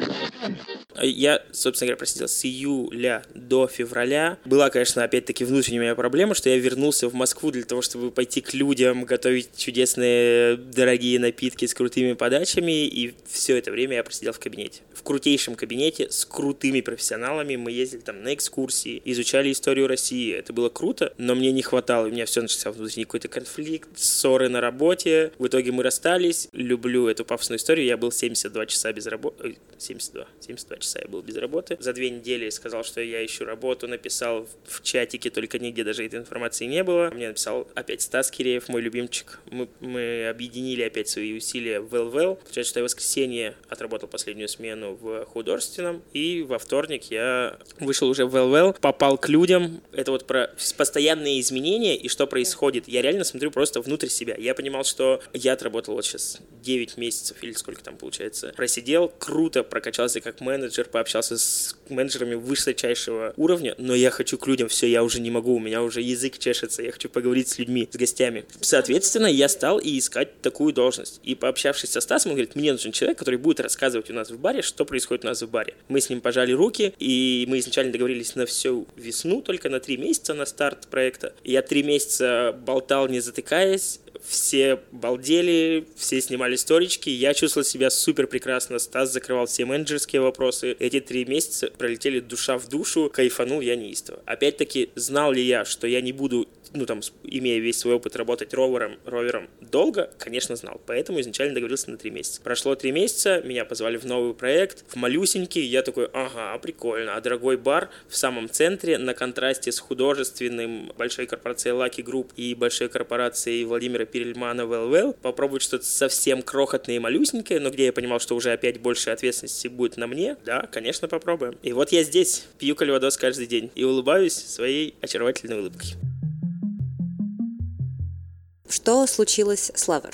Я, собственно говоря, просидел с июля до февраля. Была, конечно, опять-таки внутренняя моя проблема, что я вернулся в Москву для того, чтобы пойти к людям, готовить чудесные дорогие напитки с крутыми подачами, и все это время я просидел в кабинете. В крутейшем кабинете с крутыми профессионалами. Мы ездили там на экскурсии, изучали историю России. Это было круто, но мне не хватало. У меня все начался внутренний какой-то конфликт, ссоры на работе. В итоге мы расстались. Люблю эту пафосную историю. Я был семьдесят два часа без работы. семьдесят два. семьдесят два часа я был без работы. За две недели сказал, что я ищу работу, написал в чатике, только нигде даже этой информации не было. Мне написал опять Стас Киреев, мой любимчик. Мы, мы объединили опять свои усилия в эл ви эл. Получается, что я в воскресенье отработал последнюю смену в художественном, и во вторник я вышел уже в эл ви эл, попал к людям. Это вот про постоянные изменения и что происходит. Я реально смотрю просто внутрь себя. Я понимал, что я отработал вот сейчас девять месяцев или сколько там получается. Просидел, круто прокачался как менеджер, пообщался с менеджерами высочайшего уровня, но я хочу к людям, все, я уже не могу, у меня уже язык чешется, я хочу поговорить с людьми, с гостями. Соответственно, я стал и искать такую должность. И пообщавшись со Стасом, он говорит: мне нужен человек, который будет рассказывать у нас в баре, что происходит у нас в баре. Мы с ним пожали руки, и мы изначально договорились на всю весну, только на три месяца на старт проекта. Я три месяца болтал, не затыкаясь, все балдели, все снимали сторички, я чувствовал себя супер прекрасно, Стас закрывал все менеджерские вопросы. Эти три месяца пролетели душа в душу, кайфанул я неистово. Опять-таки, знал ли я, что я не буду, ну там, имея весь свой опыт, работать ровером, ровером долго? Конечно, знал. Поэтому изначально договорился на три месяца. Прошло три месяца, меня позвали в новый проект, в малюсенький, я такой: ага, прикольно, а дорогой бар в самом центре, на контрасте с художественным, большой корпорацией Lucky Group и большой корпорацией Владимира Перельмана в эл ви эл, попробовать что-то совсем крохотное и малюсенькое, но где я понимал, что уже опять больше ответственности будет на мне, да, конечно, попробуем. И вот я здесь, пью кальвадос каждый день и улыбаюсь своей очаровательной улыбкой. Что случилось с Lovers?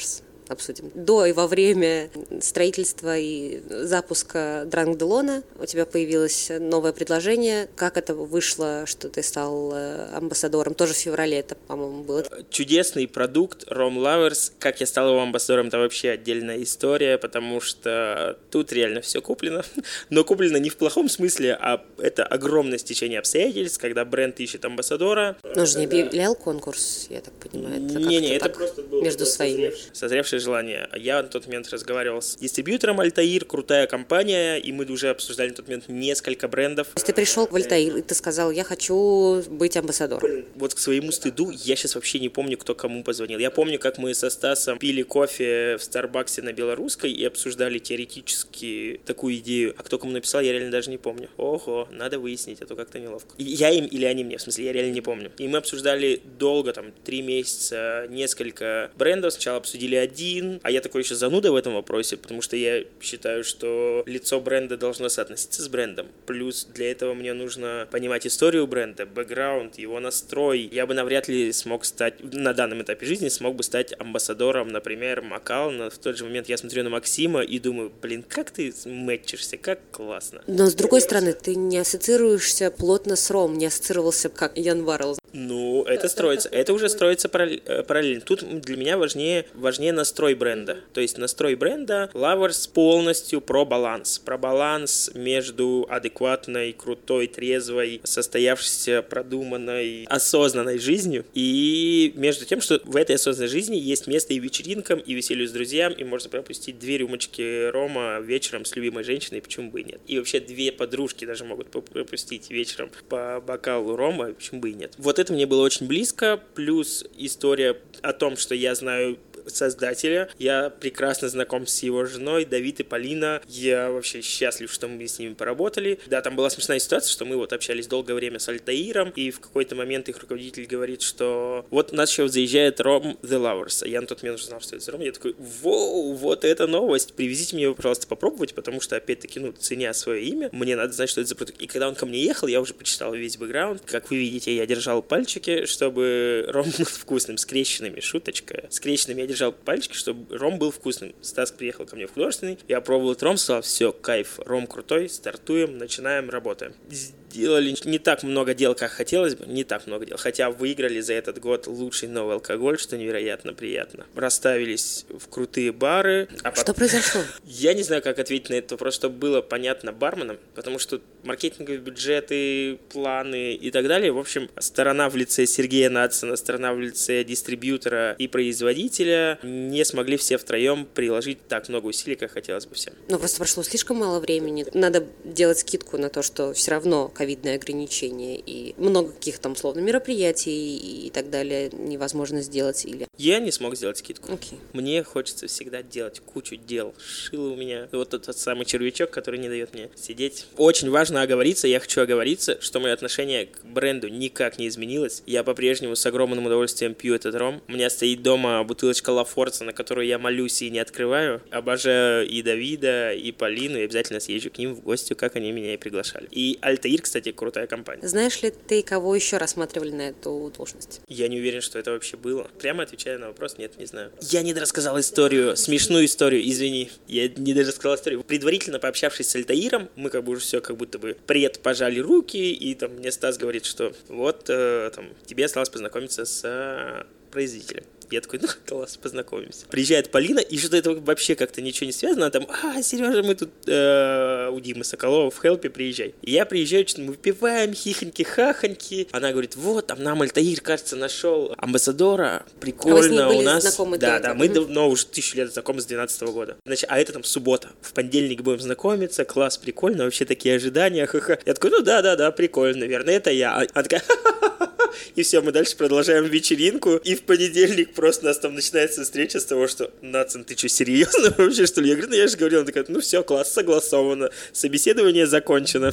обсудим. До и во время строительства и запуска Дранг-Делона у тебя появилось новое предложение. Как это вышло, что ты стал амбассадором? Тоже в феврале это, по-моему, было. Чудесный продукт Rom Lovers. Как я стал его амбассадором, это вообще отдельная история, потому что тут реально все куплено. Но куплено не в плохом смысле, а это огромное стечение обстоятельств, когда бренд ищет амбассадора. Но же не объявлял конкурс, я так понимаю. Не-не, это просто было между своими. Созревшее желание. Я на тот момент разговаривал с дистрибьютором Altair, крутая компания, и мы уже обсуждали на тот момент несколько брендов. То есть ты пришел в Altair, и ты сказал, я хочу быть амбассадором. Вот к своему стыду я сейчас вообще не помню, кто кому позвонил. Я помню, как мы со Стасом пили кофе в Старбаксе на Белорусской и обсуждали теоретически такую идею. А кто кому написал, я реально даже не помню. Ого, надо выяснить, а то как-то неловко. И я им или они мне, в смысле, я реально не помню. И мы обсуждали долго, там, три месяца, несколько брендов. Сначала обсудили один, а я такой еще зануда в этом вопросе, потому что я считаю, что лицо бренда должно соотноситься с брендом. Плюс для этого мне нужно понимать историю бренда, бэкграунд, его настрой. Я бы навряд ли смог стать, на данном этапе жизни, смог бы стать амбассадором, например, Макална. В тот же момент я смотрю на Максима и думаю, блин, как ты мэтчишься, как классно. Но с другой стороны, ты не ассоциируешься плотно с Ром, не ассоциировался как Ян Варрелл. Ну, это строится, это уже строится параллельно. Тут для меня важнее, важнее настрой бренда. То есть настрой бренда Lovers полностью про баланс. Про баланс между адекватной, крутой, трезвой, состоявшейся, продуманной, осознанной жизнью. И между тем, что в этой осознанной жизни есть место и вечеринкам, и веселью с друзьями, и можно пропустить две рюмочки рома вечером с любимой женщиной, почему бы и нет. И вообще две подружки даже могут пропустить вечером по бокалу рома, почему бы и нет. Вот это мне было очень близко, плюс история о том, что я знаю создателя. Я прекрасно знаком с его женой, Давид и Полина. Я вообще счастлив, что мы с ними поработали. Да, там была смешная ситуация, что мы вот общались долгое время с Altair'ом, и в какой-то момент их руководитель говорит, что вот у нас еще заезжает Rom The Lovers. А я на тот момент уже знал, что это за Ром. Я такой, воу, вот это новость. Привезите мне его, пожалуйста, попробовать, потому что, опять-таки, ну, ценя свое имя, мне надо знать, что это за продукт. И когда он ко мне ехал, я уже почитал весь бэкграунд. Как вы видите, я держал пальчики, чтобы Ром был вкусным, скрещенными, шуточка. Скрещенными я держал пальчики, чтобы ром был вкусным. Стас приехал ко мне в художественный, я пробовал этот ром, сказал, все, кайф, ром крутой, стартуем, начинаем, работаем. Сделали не так много дел, как хотелось бы, не так много дел, хотя выиграли за этот год лучший новый алкоголь, что невероятно приятно. Расставились в крутые бары. А что потом... произошло? Я не знаю, как ответить на этот вопрос, чтобы было понятно барменам, потому что маркетинговые бюджеты, планы и так далее, в общем, сторона в лице Сергея Надсона, сторона в лице дистрибьютора и производителя не смогли все втроем приложить так много усилий, как хотелось бы всем. Ну, просто прошло слишком мало времени. Надо делать скидку на то, что все равно ковидное ограничение и много каких-то, условно, мероприятий и так далее невозможно сделать или... Я не смог сделать скидку. Okay. Мне хочется всегда делать кучу дел. Шило у меня. Вот тот, тот самый червячок, который не дает мне сидеть. Очень важно оговориться, я хочу оговориться, что мое отношение к бренду никак не изменилось. Я по-прежнему с огромным удовольствием пью этот ром. У меня стоит дома бутылочка Ла Форца, на которую я молюсь и не открываю. Обожаю и Давида, и Полину, и обязательно съезжу к ним в гости, как они меня и приглашали. И Altair, кстати, крутая компания. Знаешь ли ты, кого еще рассматривали на эту должность? Я не уверен, что это вообще было. Прямо отвечая на вопрос, нет, не знаю. Я не дорассказал историю, смешную историю, извини. Я не дорассказал историю. Предварительно пообщавшись с Altair'ом, мы как бы уже все как будто бы пред пожали руки, и там мне Стас говорит, что вот э, там тебе осталось познакомиться с э, производителем. Я такой, ну, класс, познакомимся. Приезжает Полина, и что-то это вообще как-то ничего не связано. Она там, а, Сережа, мы тут э, у Димы Соколова в Хелпе, приезжай. И я приезжаю, что-то мы выпиваем, хихоньки-хахоньки. Она говорит, вот, там нам Altair, кажется, нашел амбассадора. Прикольно, а вы с ней были у нас... знакомы да, до да, этого? мы давно, уже тысячу лет знакомы с двенадцатого года. Значит, а это там суббота. В понедельник будем знакомиться, класс, прикольно, вообще такие ожидания, ха-ха. Я такой, ну да-да-да, прикольно, наверное, это я. Она такая, ха-ха-ха. И все, мы дальше продолжаем вечеринку. И в понедельник просто у нас там начинается встреча с того, что Надсон, ты что, серьезно вообще, что ли? Я говорю, ну я же говорил. Она такая, ну все, класс, согласовано. Собеседование закончено.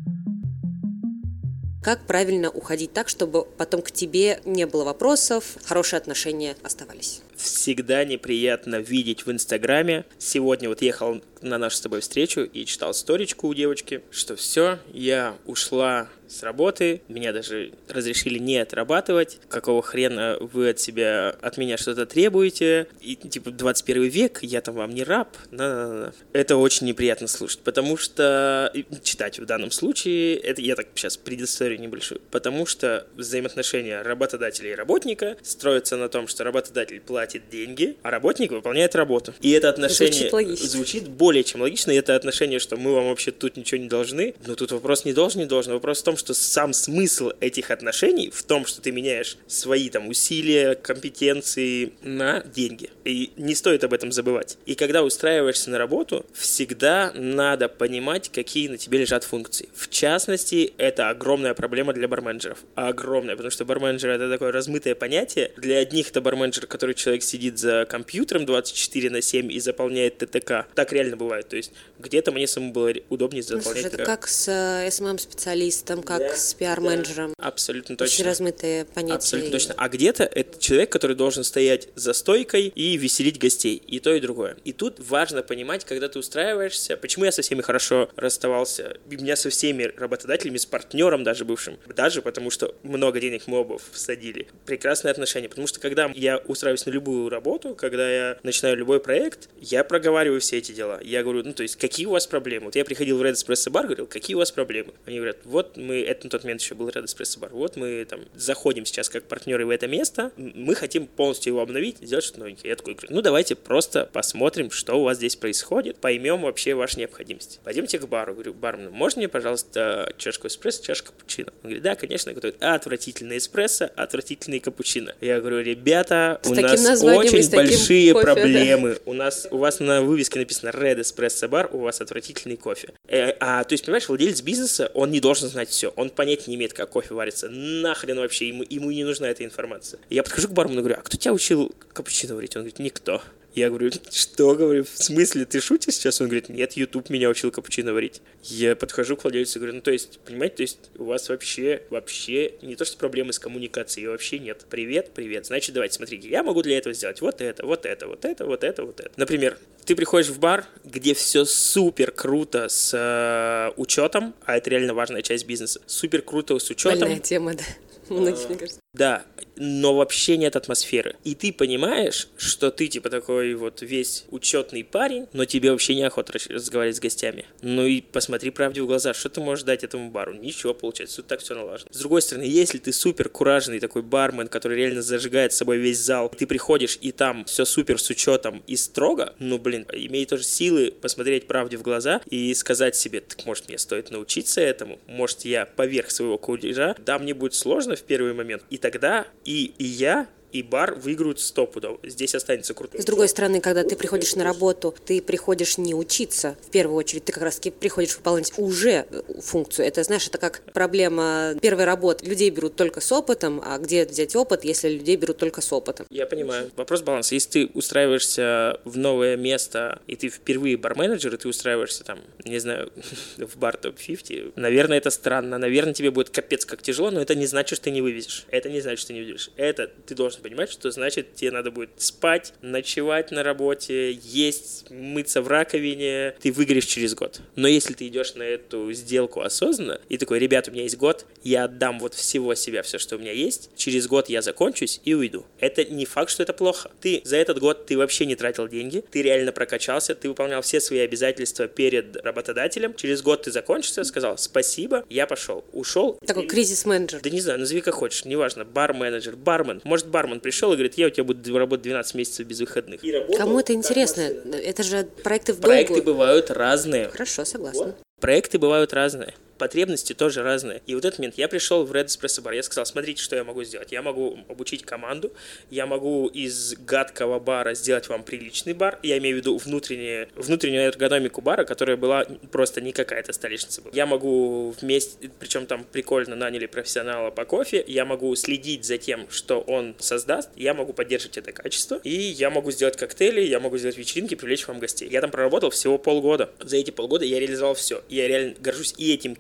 Как правильно уходить так, чтобы потом к тебе не было вопросов, хорошие отношения оставались? Всегда неприятно видеть в Инстаграме. Сегодня вот ехал на нашу с тобой встречу и читал сторичку у девочки, что все, я ушла с работы, меня даже разрешили не отрабатывать, какого хрена вы от себя, от меня что-то требуете, и типа двадцать первый век, я там вам не раб, на-на-на. Это очень неприятно слушать, потому что, читать в данном случае, это я так сейчас предысторию небольшую, потому что взаимоотношения работодателя и работника строятся на том, что работодатель платит деньги, а работник выполняет работу. И это отношение звучит, звучит более чем логично, и это отношение, что мы вам вообще тут ничего не должны, но тут вопрос не должен, не должен, вопрос в том, что сам смысл этих отношений в том, что ты меняешь свои там усилия, компетенции на деньги. И не стоит об этом забывать. И когда устраиваешься на работу, всегда надо понимать, какие на тебе лежат функции. В частности, это огромная проблема для барменджеров. Огромная, потому что барменджер — это такое размытое понятие. Для одних это барменджер, который человек сидит за компьютером двадцать четыре на семь и заполняет ТТК. Так реально бывает. То есть где-то мне самому было удобнее заполнять ТТК. Это ТТК. как с эс эм эм-специалистом, как Да, с пиар-менеджером. Да, абсолютно Очень точно. размытые понятия. Абсолютно точно. А где-то это человек, который должен стоять за стойкой и веселить гостей. И то, и другое. И тут важно понимать, когда ты устраиваешься, почему я со всеми хорошо расставался. У меня со всеми работодателями, с партнером даже бывшим. Даже потому, что много денег мы оба всадили. Прекрасные отношения. Потому что когда я устраиваюсь на любую работу, когда я начинаю любой проект, я проговариваю все эти дела. Я говорю, ну то есть, какие у вас проблемы? Вот я приходил в Red Espresso Bar, говорил, какие у вас проблемы? Они говорят, вот мы, это на тот момент еще был Red Espresso Bar, вот мы там заходим сейчас как партнеры в это место, мы хотим полностью его обновить, сделать что-то новенькое. Я такой говорю, ну давайте просто посмотрим, что у вас здесь происходит, поймем вообще ваши необходимости. Пойдемте к бару. Говорю, бармен, можно мне, пожалуйста, чашку эспрессо, чашку капучино? Он говорит, да, конечно. Готовит отвратительный эспрессо, отвратительный капучино. Я говорю, ребята, с у нас очень большие кофе, проблемы. Да. У нас, у вас на вывеске написано Red Espresso Bar, у вас отвратительный кофе. Э, а, то есть, понимаешь, владелец бизнеса, он не должен знать все. Он понятия не имеет, как кофе варится. Нахрен вообще, ему, ему не нужна эта информация. Я подхожу к бармену и говорю, а кто тебя учил капучино варить? Он говорит, никто. Я говорю, что, говорю, в смысле, ты шутишь сейчас? Он говорит, нет, YouTube меня учил капучино варить. Я подхожу к владельцу и говорю, ну, то есть, понимаете, то есть у вас вообще, вообще не то, что проблемы с коммуникацией, вообще нет. Привет, привет. Значит, давайте, смотрите, я могу для этого сделать вот это, вот это, вот это, вот это, вот это. Например, ты приходишь в бар, где все супер круто с э, учетом, а это реально важная часть бизнеса, супер круто с учетом. Больная тема, да. Многих, мне кажется. Да, но вообще нет атмосферы. И ты понимаешь, что ты типа такой вот весь учетный парень, но тебе вообще неохота разговаривать с гостями. Ну и посмотри правде в глаза, что ты можешь дать этому бару? Ничего, получается, тут так все налажено. С другой стороны, если ты супер куражный такой бармен, который реально зажигает с собой весь зал, ты приходишь и там все супер с учетом и строго, ну блин, имей тоже силы посмотреть правде в глаза и сказать себе, так может мне стоит научиться этому, может я поверх своего курежа, да, мне будет сложно в первый момент, и тогда и, и я, и бар выиграют стопудово. Здесь останется крутой. С другой стороны, когда ты приходишь на работу, ты приходишь не учиться, в первую очередь, ты как раз таки приходишь выполнять уже функцию. Это, знаешь, это как проблема первой работы. Людей берут только с опытом, а где взять опыт, если людей берут только с опытом? Я понимаю. Вопрос баланса. Если ты устраиваешься в новое место, и ты впервые бар-менеджер, и ты устраиваешься там, не знаю, в бар топ пятьдесят, наверное, это странно. Наверное, тебе будет капец как тяжело, но это не значит, что ты не вывезешь. Это не значит, что ты не вывезешь. Это ты должен понимать, что значит тебе надо будет спать, ночевать на работе, есть, мыться в раковине, ты выгоришь через год. Но если ты идешь на эту сделку осознанно и такой, ребят, у меня есть год, я отдам вот всего себя, все, что у меня есть, через год я закончусь и уйду. Это не факт, что это плохо. Ты за этот год ты вообще не тратил деньги, ты реально прокачался, ты выполнял все свои обязательства перед работодателем, через год ты закончился, сказал спасибо, я пошел, ушел. Такой и... кризис-менеджер. Да не знаю, назови как хочешь, неважно, бар-менеджер, бармен, может бармен пришел и говорит, я у тебя буду работать двенадцать месяцев без выходных. Кому это интересно? Это же проекты в Проекты долгую. бывают разные. Хорошо, согласна. Вот. Проекты бывают разные. Потребности тоже разные. И вот этот момент, я пришел в Red Espresso Bar, я сказал, смотрите, что я могу сделать. Я могу обучить команду, я могу из гадкого бара сделать вам приличный бар. Я имею в виду внутреннюю, внутреннюю эргономику бара, которая была просто не какая-то столичница. Я могу вместе, причем там прикольно наняли профессионала по кофе, я могу следить за тем, что он создаст, я могу поддерживать это качество, и я могу сделать коктейли, я могу сделать вечеринки, привлечь вам гостей. Я там проработал всего полгода. За эти полгода я реализовал все. Я реально горжусь и этим кейсом,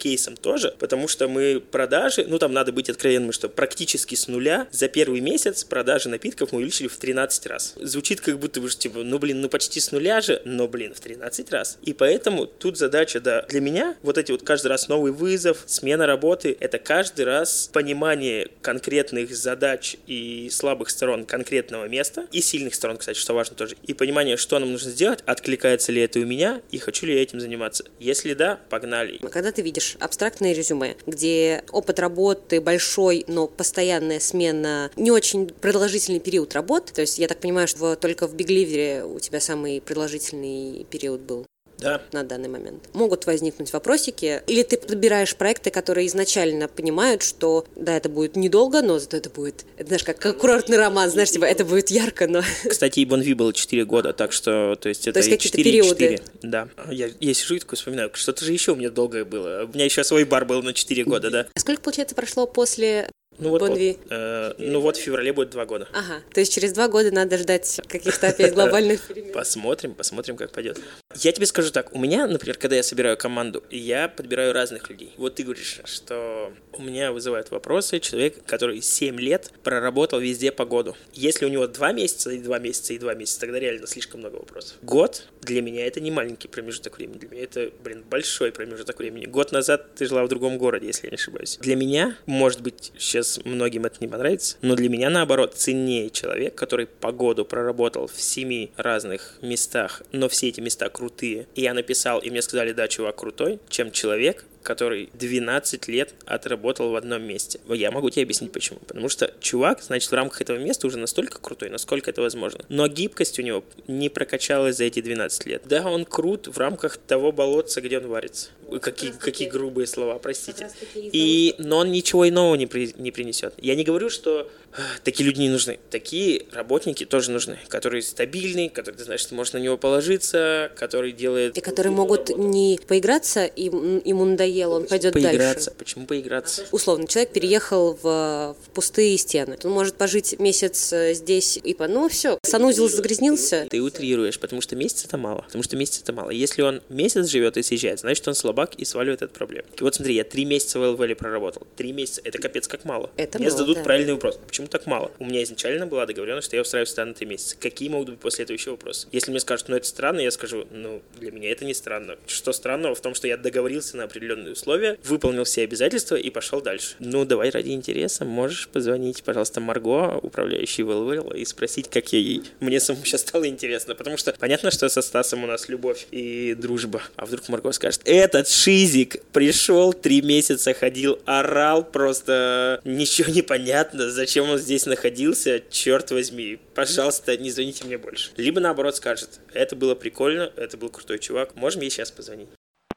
кейсом тоже, потому что мы продажи, ну там надо быть откровенным, что практически с нуля за первый месяц продажи напитков мы увеличили в тринадцать раз. Звучит как будто бы, типа, ну блин, ну почти с нуля же, но блин, в тринадцать раз. И поэтому тут задача, да, для меня вот эти вот каждый раз новый вызов, смена работы, это каждый раз понимание конкретных задач и слабых сторон конкретного места, и сильных сторон, кстати, что важно тоже, и понимание, что нам нужно сделать, откликается ли это у меня, и хочу ли я этим заниматься. Если да, погнали. Когда ты видишь абстрактное резюме, где опыт работы большой, но постоянная смена, не очень продолжительный период работы, то есть я так понимаю, что только в Бигливере у тебя самый продолжительный период был. Да. На данный момент. Могут возникнуть вопросики, или ты подбираешь проекты, которые изначально понимают, что да, это будет недолго, но зато это будет, это, знаешь, как, как курортный роман, знаешь, типа это будет ярко, но... Кстати, и Бонви было четыре года, так что, то есть это то есть четыре и четыре. Да. Да. Я, я сижу и такой вспоминаю, что-то же еще у меня долгое было. У меня еще свой бар был на четыре года, да. А сколько, получается, прошло после... Ну вот, Бонви. Э, ну вот в феврале будет два года. Ага, то есть через два года надо ждать каких-то опять глобальных перемен. Посмотрим, посмотрим, как пойдет. Я тебе скажу так, у меня, например, когда я собираю команду, я подбираю разных людей. Вот ты говоришь, что у меня вызывают вопросы человек, который семь лет проработал везде по году. Если у него два месяца и два месяца и два месяца, тогда реально слишком много вопросов. Год для меня это не маленький промежуток времени, для меня это, блин, большой промежуток времени. Год назад ты жила в другом городе, если я не ошибаюсь. Для меня, может быть, сейчас многим это не понравится, но для меня, наоборот, ценнее человек, который по году проработал в семи разных местах, но все эти места крутые. И я написал, и мне сказали, да, чувак крутой, чем человек, который двенадцать лет отработал в одном месте. Я могу тебе объяснить, почему. Потому что чувак, значит, в рамках этого места уже настолько крутой, насколько это возможно. Но гибкость у него не прокачалась за эти двенадцать лет. Да, он крут в рамках того болотца, где он варится. Какие, какие грубые слова, простите. И, но он ничего иного не, при, не принесет. Я не говорю, что такие люди не нужны. Такие работники тоже нужны, которые стабильные, которые, ты знаешь, ты можешь на него положиться, который делает... И которые могут не поиграться, и ему надоело, он пойдет поиграться. дальше. Почему поиграться? Условно, человек переехал в, в пустые стены. Он может пожить месяц здесь и по... Ну, все, санузел загрязнился. Ты утрируешь, потому что месяц это мало. Потому что месяц это мало. Если он месяц живет и съезжает, значит, он слабак и сваливает эту проблему. И вот смотри, я три месяца в эл ви эл проработал. Три месяца, это капец как мало. Это Мне мало, зададут да. правильный вопрос. Почему так мало? У меня изначально была договоренность, что я устраиваюсь сюда на три месяца. Какие могут быть после этого еще вопросы? Если мне скажут, ну это странно, я скажу, ну для меня это не странно. Что странного в том, что я договорился на определенные условия, выполнил все обязательства и пошел дальше. Ну давай ради интереса, можешь позвонить, пожалуйста, Марго, управляющей в эл ви эл, и спросить, как я ей. Мне самому сейчас стало интересно, потому что понятно, что со Стасом у нас любовь и дружба. А вдруг Марго скажет, этот шизик пришел, три месяца ходил, орал, просто ничего не понятно, зачем он здесь находился, черт возьми, пожалуйста, не звоните мне больше. Либо наоборот скажет, это было прикольно, это был крутой чувак, можем ей сейчас позвонить.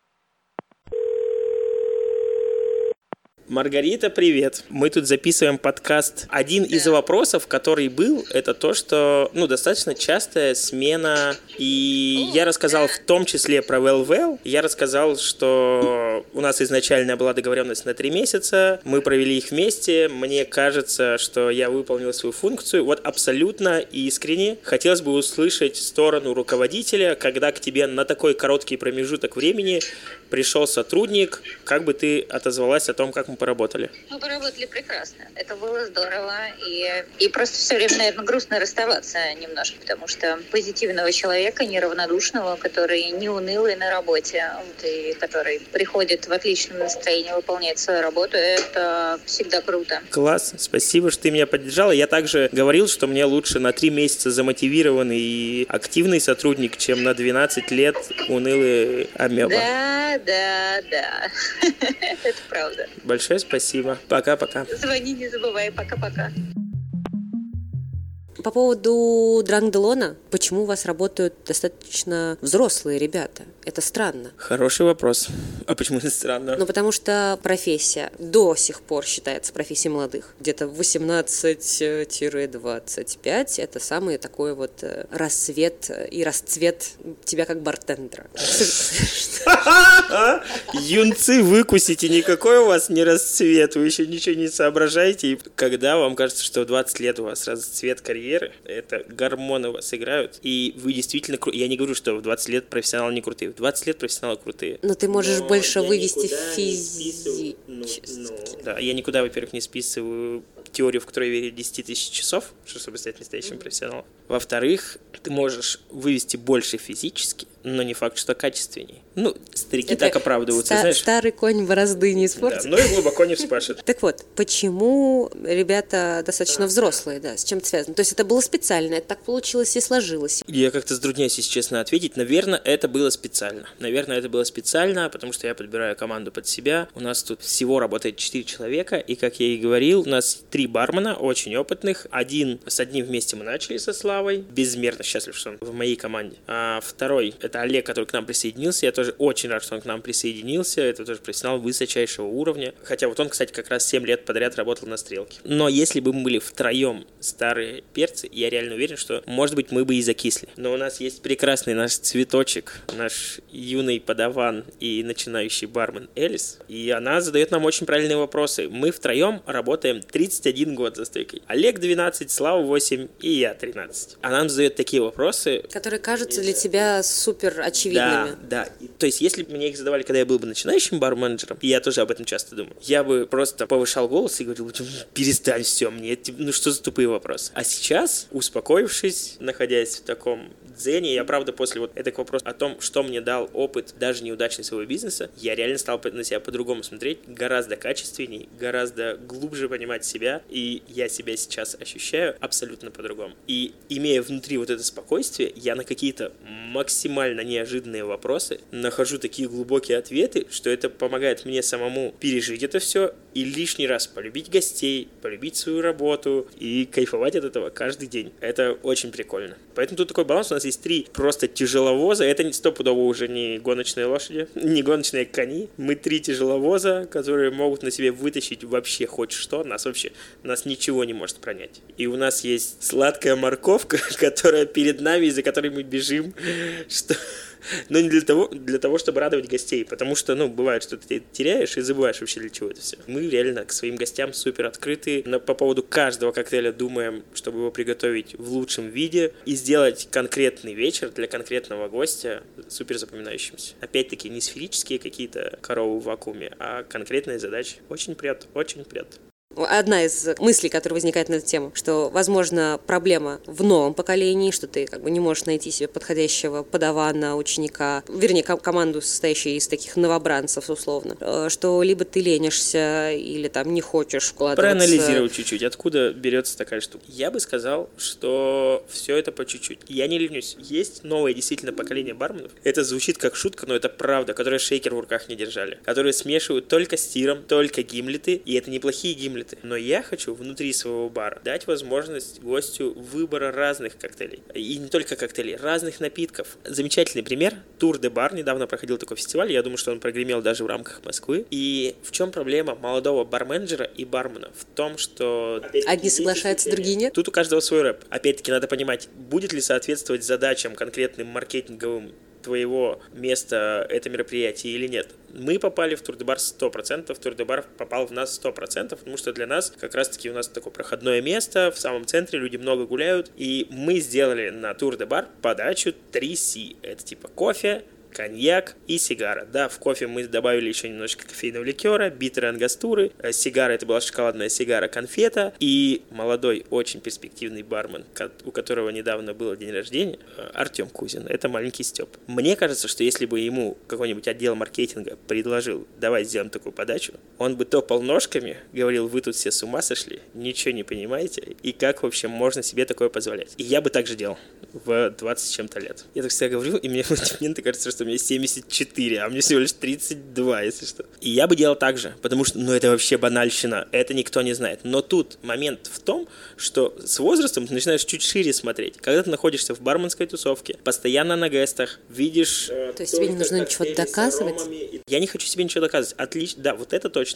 Маргарита, привет. Мы тут записываем подкаст. Один из вопросов, который был, это то, что, ну, достаточно частая смена. И я рассказал в том числе про эл ви эл. Я рассказал, что у нас изначально была договоренность на три месяца. Мы провели их вместе. Мне кажется, что я выполнил свою функцию. Вот абсолютно искренне хотелось бы услышать сторону руководителя, когда к тебе на такой короткий промежуток времени пришел сотрудник, как бы ты отозвалась о том, как мы поработали? Мы поработали прекрасно. Это было здорово. И, и просто все время, наверное, грустно расставаться немножко, потому что позитивного человека, неравнодушного, который не унылый на работе, вот, и который приходит в отличном настроении, выполняет свою работу, это всегда круто. Класс. Спасибо, что ты меня поддержала. Я также говорил, что мне лучше на три месяца замотивированный и активный сотрудник, чем на двенадцать лет унылый амеба. Да, да, да. Это правда. Большое спасибо. Пока-пока. Звони, не забывай. Пока-пока. По поводу Дранделона, почему у вас работают достаточно взрослые ребята? Это странно. Хороший вопрос. А почему это странно? Ну, потому что профессия до сих пор считается профессией молодых. Где-то восемнадцать-двадцать пять это самый такой вот рассвет и расцвет тебя как бартендера. Юнцы, выкусите, никакой у вас не расцвет, вы еще ничего не соображаете. И когда вам кажется, что в двадцать лет у вас расцвет карьеры, карьеры. Это гормоны у вас играют, и вы действительно кру... Я не говорю, что в двадцать лет профессионалы не крутые. В двадцать лет профессионалы крутые. Но ты можешь Но больше вывести физически. Ну, ну, да, я никуда, во-первых, не списываю теорию, в которой я верю десять тысяч часов, чтобы стать настоящим профессионалом. Во-вторых, ты можешь вывести больше физически, но не факт, что качественней. Ну, старики Это так оправдываются, ста- знаешь. Старый конь борозды не испортит. Да, но и глубоко не вспашет. Так вот, почему ребята достаточно взрослые, да, с чем это связано? То есть это было специально, это так получилось и сложилось. Я как-то затрудняюсь, если честно, ответить. Наверное, это было специально. Наверное, это было специально, потому что я подбираю команду под себя. У нас тут всего работает четыре человека, и, как я и говорил, у нас три бармена, очень опытных. Один, с одним вместе мы начали со Славой. Безмерно счастлив, что он в моей команде. А второй, это Олег, который к нам присоединился. Я тоже очень рад, что он к нам присоединился. Это тоже профессионал высочайшего уровня. Хотя вот он, кстати, как раз семь лет подряд работал на стрелке. Но если бы мы были втроем старые перцы, я реально уверен, что, может быть, мы бы и закисли. Но у нас есть прекрасный наш цветочек, наш юный подаван и начинающий бармен Элис. И она задает нам очень правильные вопросы. Мы втроем работаем тридцать один год за стойкой. Олег двенадцать, Слава восемь и я тринадцать. Она нам задает такие вопросы, которые кажутся для тебя супер очевидными. Да, да. То есть, если бы мне их задавали, когда я был бы начинающим бар-менеджером, и я тоже об этом часто думаю, я бы просто повышал голос и говорил, перестань все, мне, ну что за тупые вопросы. А сейчас, успокоившись, находясь в таком дзене, я, правда, после вот этого вопроса о том, что мне дал опыт даже неудачный своего бизнеса, я реально стал на себя по-другому смотреть, гораздо качественней, гораздо глубже понимать себя, и я себя сейчас ощущаю абсолютно по-другому. И имея внутри вот это спокойствие, я на какие-то максимально неожиданные вопросы нахожу такие глубокие ответы, что это помогает мне самому пережить это все и лишний раз полюбить гостей, полюбить свою работу и кайфовать от этого каждый день. Это очень прикольно. Поэтому тут такой баланс. У нас есть три просто тяжеловоза. Это не стопудово уже не гоночные лошади, не гоночные кони. Мы три тяжеловоза, которые могут на себе вытащить вообще хоть что. Нас вообще, нас ничего не может пронять. И у нас есть сладкая морковка, которая перед нами, из-за которой мы бежим, что... Но не для того, для того, чтобы радовать гостей, потому что, ну, бывает, что ты теряешь и забываешь вообще, для чего это все. Мы реально к своим гостям супер открыты, но по поводу каждого коктейля думаем, чтобы его приготовить в лучшем виде и сделать конкретный вечер для конкретного гостя супер запоминающимся. Опять-таки, не сферические какие-то коровы в вакууме, а конкретные задачи. Очень прет, очень прет. Одна из мыслей, которая возникает на эту тему, что, возможно, проблема в новом поколении, что ты как бы не можешь найти себе подходящего подавана, ученика, вернее, ком- команду, состоящую из таких новобранцев, условно, что либо ты ленишься или там не хочешь вкладываться. Проанализировать чуть-чуть, откуда берется такая штука. Я бы сказал, что все это по чуть-чуть. Я не ленюсь. Есть новое действительно поколение барменов. Это звучит как шутка, но это правда, которые шейкер в руках не держали, которые смешивают только стиром, только гимлеты, и это неплохие гимлеты. Но я хочу внутри своего бара дать возможность гостю выбора разных коктейлей. И не только коктейлей, разных напитков. Замечательный пример. Тур де бар. Недавно проходил такой фестиваль. Я думаю, что он прогремел даже в рамках Москвы. И в чем проблема молодого барменджера и бармена? В том, что... Одни соглашаются, другие нет? Тут у каждого свой рэп. Опять-таки надо понимать, будет ли соответствовать задачам конкретным маркетинговым твоего места это мероприятие или нет. Мы попали в Тур де бар сто процентов, Тур де бар попал в нас сто процентов, потому что для нас как раз-таки у нас такое проходное место, в самом центре люди много гуляют, и мы сделали на Тур де бар подачу три си. Это типа кофе, коньяк и сигара. Да, в кофе мы добавили еще немножко кофейного ликера, битеры ангастуры. Сигара — это была шоколадная сигара, конфета. И молодой, очень перспективный бармен, у которого недавно был день рождения, Артем Кузин. Это маленький Степ. Мне кажется, что если бы ему какой-нибудь отдел маркетинга предложил, давай сделаем такую подачу, он бы топал ножками, говорил, вы тут все с ума сошли, ничего не понимаете, и как вообще можно себе такое позволять. И я бы так же делал в двадцать с чем-то лет. Я так всегда говорю, и мне в этот момент кажется, что мне семьдесят четыре, а мне всего лишь тридцать два, если что. И я бы делал так же, потому что, ну, это вообще банальщина, это никто не знает. Но тут момент в том, что с возрастом ты начинаешь чуть шире смотреть. Когда ты находишься в барменской тусовке, постоянно на гестах, видишь... То есть тебе не нужно ничего доказывать? Я не хочу себе ничего доказывать. Отлично, да, вот это точно.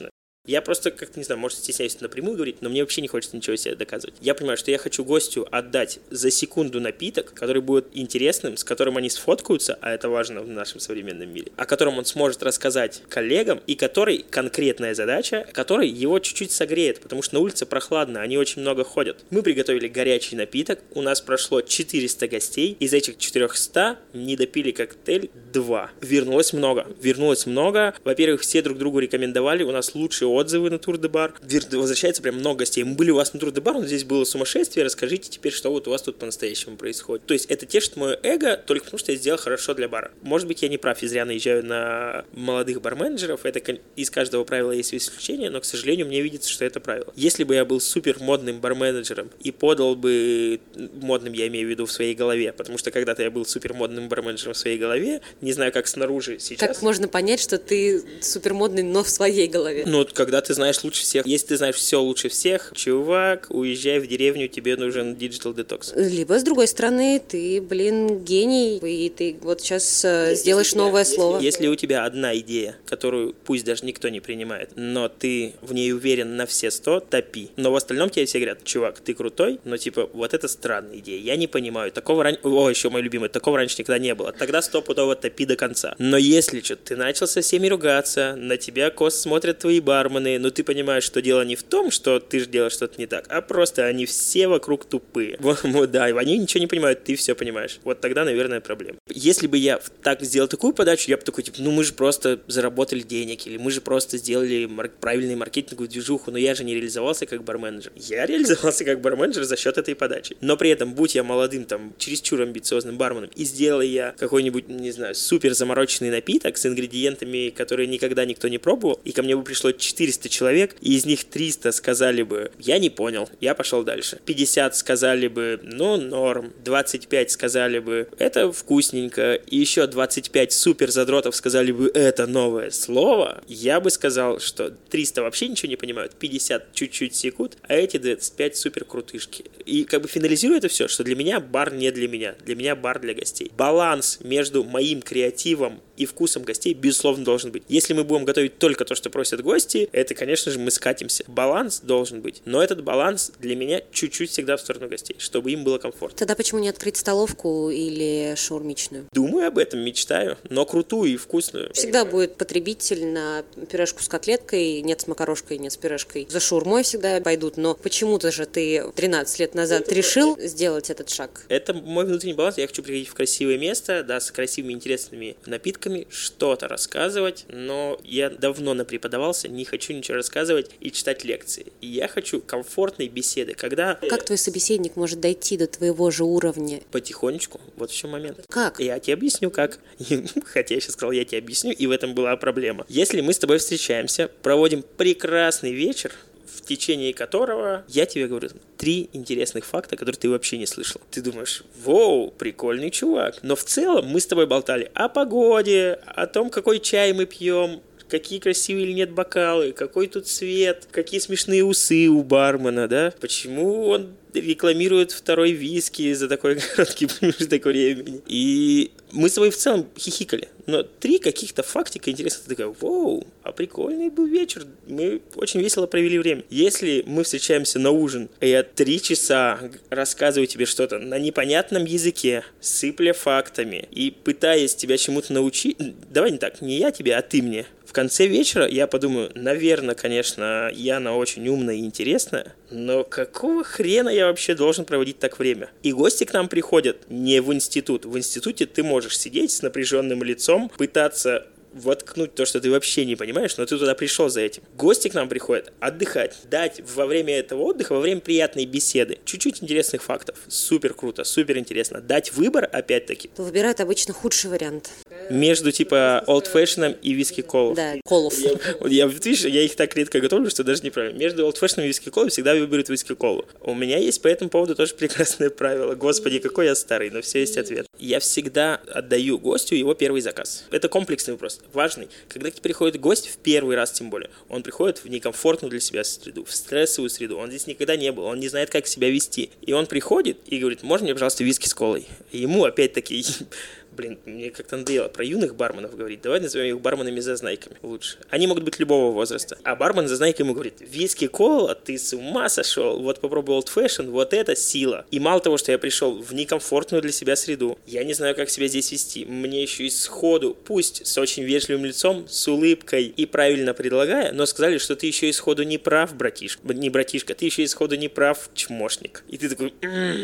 Я просто, как-то, не знаю, может, стесняюсь напрямую говорить, но мне вообще не хочется ничего себе доказывать. Я понимаю, что я хочу гостю отдать за секунду напиток, который будет интересным, с которым они сфоткаются, а это важно в нашем современном мире, о котором он сможет рассказать коллегам, и который конкретная задача, который его чуть-чуть согреет, потому что на улице прохладно, они очень много ходят. Мы приготовили горячий напиток, у нас прошло четыреста гостей, из этих четырехсот не допили коктейль два. Вернулось много, вернулось много. Во-первых, все друг другу рекомендовали, у нас лучшие отзывы на Тур де Бар. Возвращается прям много гостей. Мы были у вас на Тур де Бар, но здесь было сумасшествие, расскажите теперь, что вот у вас тут по-настоящему происходит. То есть это тешит мое эго только потому, что я сделал хорошо для бара. Может быть, я не прав и зря наезжаю на молодых барменджеров, это из каждого правила есть исключение, но, к сожалению, мне видится, что это правило. Если бы я был супер модным барменджером и подал бы, модным я имею в виду в своей голове, потому что когда-то я был супер модным барменджером в своей голове, не знаю, как снаружи сейчас. Как можно понять, что ты супер модный, но в своей голове? Ну, когда ты знаешь лучше всех. Если ты знаешь все лучше всех, чувак, уезжай в деревню, тебе нужен digital detox. Либо, с другой стороны, ты, блин, гений, и ты вот сейчас э, сделаешь тебя, новое если, слово. Если у тебя одна идея, которую пусть даже никто не принимает, но ты в ней уверен на все сто, топи. Но в остальном тебе все говорят, чувак, ты крутой, но типа вот это странная идея, я не понимаю. Такого раньше... О, еще мой любимый, такого раньше никогда не было. Тогда стопудово топи до конца. Но если что, ты начал со всеми ругаться, на тебя кос смотрят твои бармены, но ты понимаешь, что дело не в том, что ты же делаешь что-то не так, а просто они все вокруг тупые. Вот, да, они ничего не понимают, ты все понимаешь. Вот тогда, наверное, проблема. Если бы я так сделал такую подачу, я бы такой, типа, ну мы же просто заработали денег, или мы же просто сделали мар- правильную маркетинговую движуху, но я же не реализовался как барменджер. Я реализовался как барменджер за счет этой подачи. Но при этом, будь я молодым, там, чересчур амбициозным барменом, и сделал я какой-нибудь, не знаю, супер замороченный напиток с ингредиентами, которые никогда никто не пробовал, и ко мне бы пришло четыреста человек, и из них триста сказали бы, я не понял, я пошел дальше. пятьдесят сказали бы, ну, норм. двадцать пять сказали бы, это вкусненько. И еще двадцать пять супер задротов сказали бы, это новое слово. Я бы сказал, что триста вообще ничего не понимают, пятьдесят чуть-чуть секут, а эти двадцать пять супер крутышки. И как бы финализирую это все, что для меня бар не для меня, для меня бар для гостей. Баланс между моим креативом и вкусом гостей, безусловно, должен быть. Если мы будем готовить только то, что просят гости, это, конечно же, мы скатимся. Баланс должен быть. Но этот баланс для меня чуть-чуть всегда в сторону гостей, чтобы им было комфортно. Тогда почему не открыть столовку или шаурмичную? Думаю об этом, мечтаю, но крутую и вкусную. Всегда будет потребитель на пюрешку с котлеткой, нет с макарошкой, нет с пюрешкой. За шаурмой всегда пойдут, но почему-то же ты тринадцать лет назад решил сделать этот шаг? Это мой внутренний баланс. Я хочу приходить в красивое место, да, с красивыми, интересными напитками, что-то рассказывать, но я давно напреподавался, не хочу ничего рассказывать и читать лекции. И я хочу комфортной беседы, когда... Как твой собеседник может дойти до твоего же уровня? Потихонечку, вот в чем момент. Как? Я тебе объясню, как. Хотя я сейчас сказал, я тебе объясню, и в этом была проблема. Если мы с тобой встречаемся, проводим прекрасный вечер, в течение которого я тебе говорю три интересных факта, которые ты вообще не слышал. Ты думаешь, воу, прикольный чувак. Но в целом мы с тобой болтали о погоде, о том, какой чай мы пьем, какие красивые или нет бокалы, какой тут цвет, какие смешные усы у бармена, да? Почему он рекламирует второй виски за такой короткий промежуток времени. И мы с тобой в целом хихикали. Но три каких-то фактика интересных. Ты такая, воу, а прикольный был вечер. Мы очень весело провели время. Если мы встречаемся на ужин, и я три часа рассказываю тебе что-то на непонятном языке, сыпля фактами и пытаясь тебя чему-то научить... Давай не так, не я тебе, а ты мне. В конце вечера я подумаю, наверное, конечно, Яна очень умная и интересная, но какого хрена я вообще должен проводить так время? И гости к нам приходят не в институт. В институте ты можешь сидеть с напряженным лицом, пытаться воткнуть то, что ты вообще не понимаешь, но ты туда пришел за этим. Гости к нам приходят отдыхать, дать во время этого отдыха, во время приятной беседы чуть-чуть интересных фактов. Супер круто, супер интересно. Дать выбор, опять-таки. Выбирают обычно худший вариант. Между типа old fashioned и виски колов. Да, колов. Я, я, видишь, я их так редко готовлю, что даже неправильно. Между old fashioned и виски колой всегда выберут виски колу. У меня есть по этому поводу тоже прекрасное правило. Господи, какой я старый, но все есть ответ. Я всегда отдаю гостю его первый заказ. Это комплексный вопрос. Важный. Когда приходит гость в первый раз, тем более, он приходит в некомфортную для себя среду, в стрессовую среду, он здесь никогда не был, он не знает, как себя вести. И он приходит и говорит, можно мне, пожалуйста, виски с колой? И ему опять-таки, блин, мне как-то надоело про юных барменов говорить, давай назовем их барменами-зазнайками лучше. Они могут быть любого возраста. А бармен-зазнайка ему говорит, виски, кола, ты с ума сошел, вот попробуй Old Fashion, вот это сила. И мало того, что я пришел в некомфортную для себя среду, я не знаю, как себя здесь вести, мне еще и сходу, пусть с очень вежливым лицом, с улыбкой и правильно предлагая, но сказали, что ты еще и сходу не прав, братишка, не братишка, ты еще и сходу не прав, чмошник. И ты такой,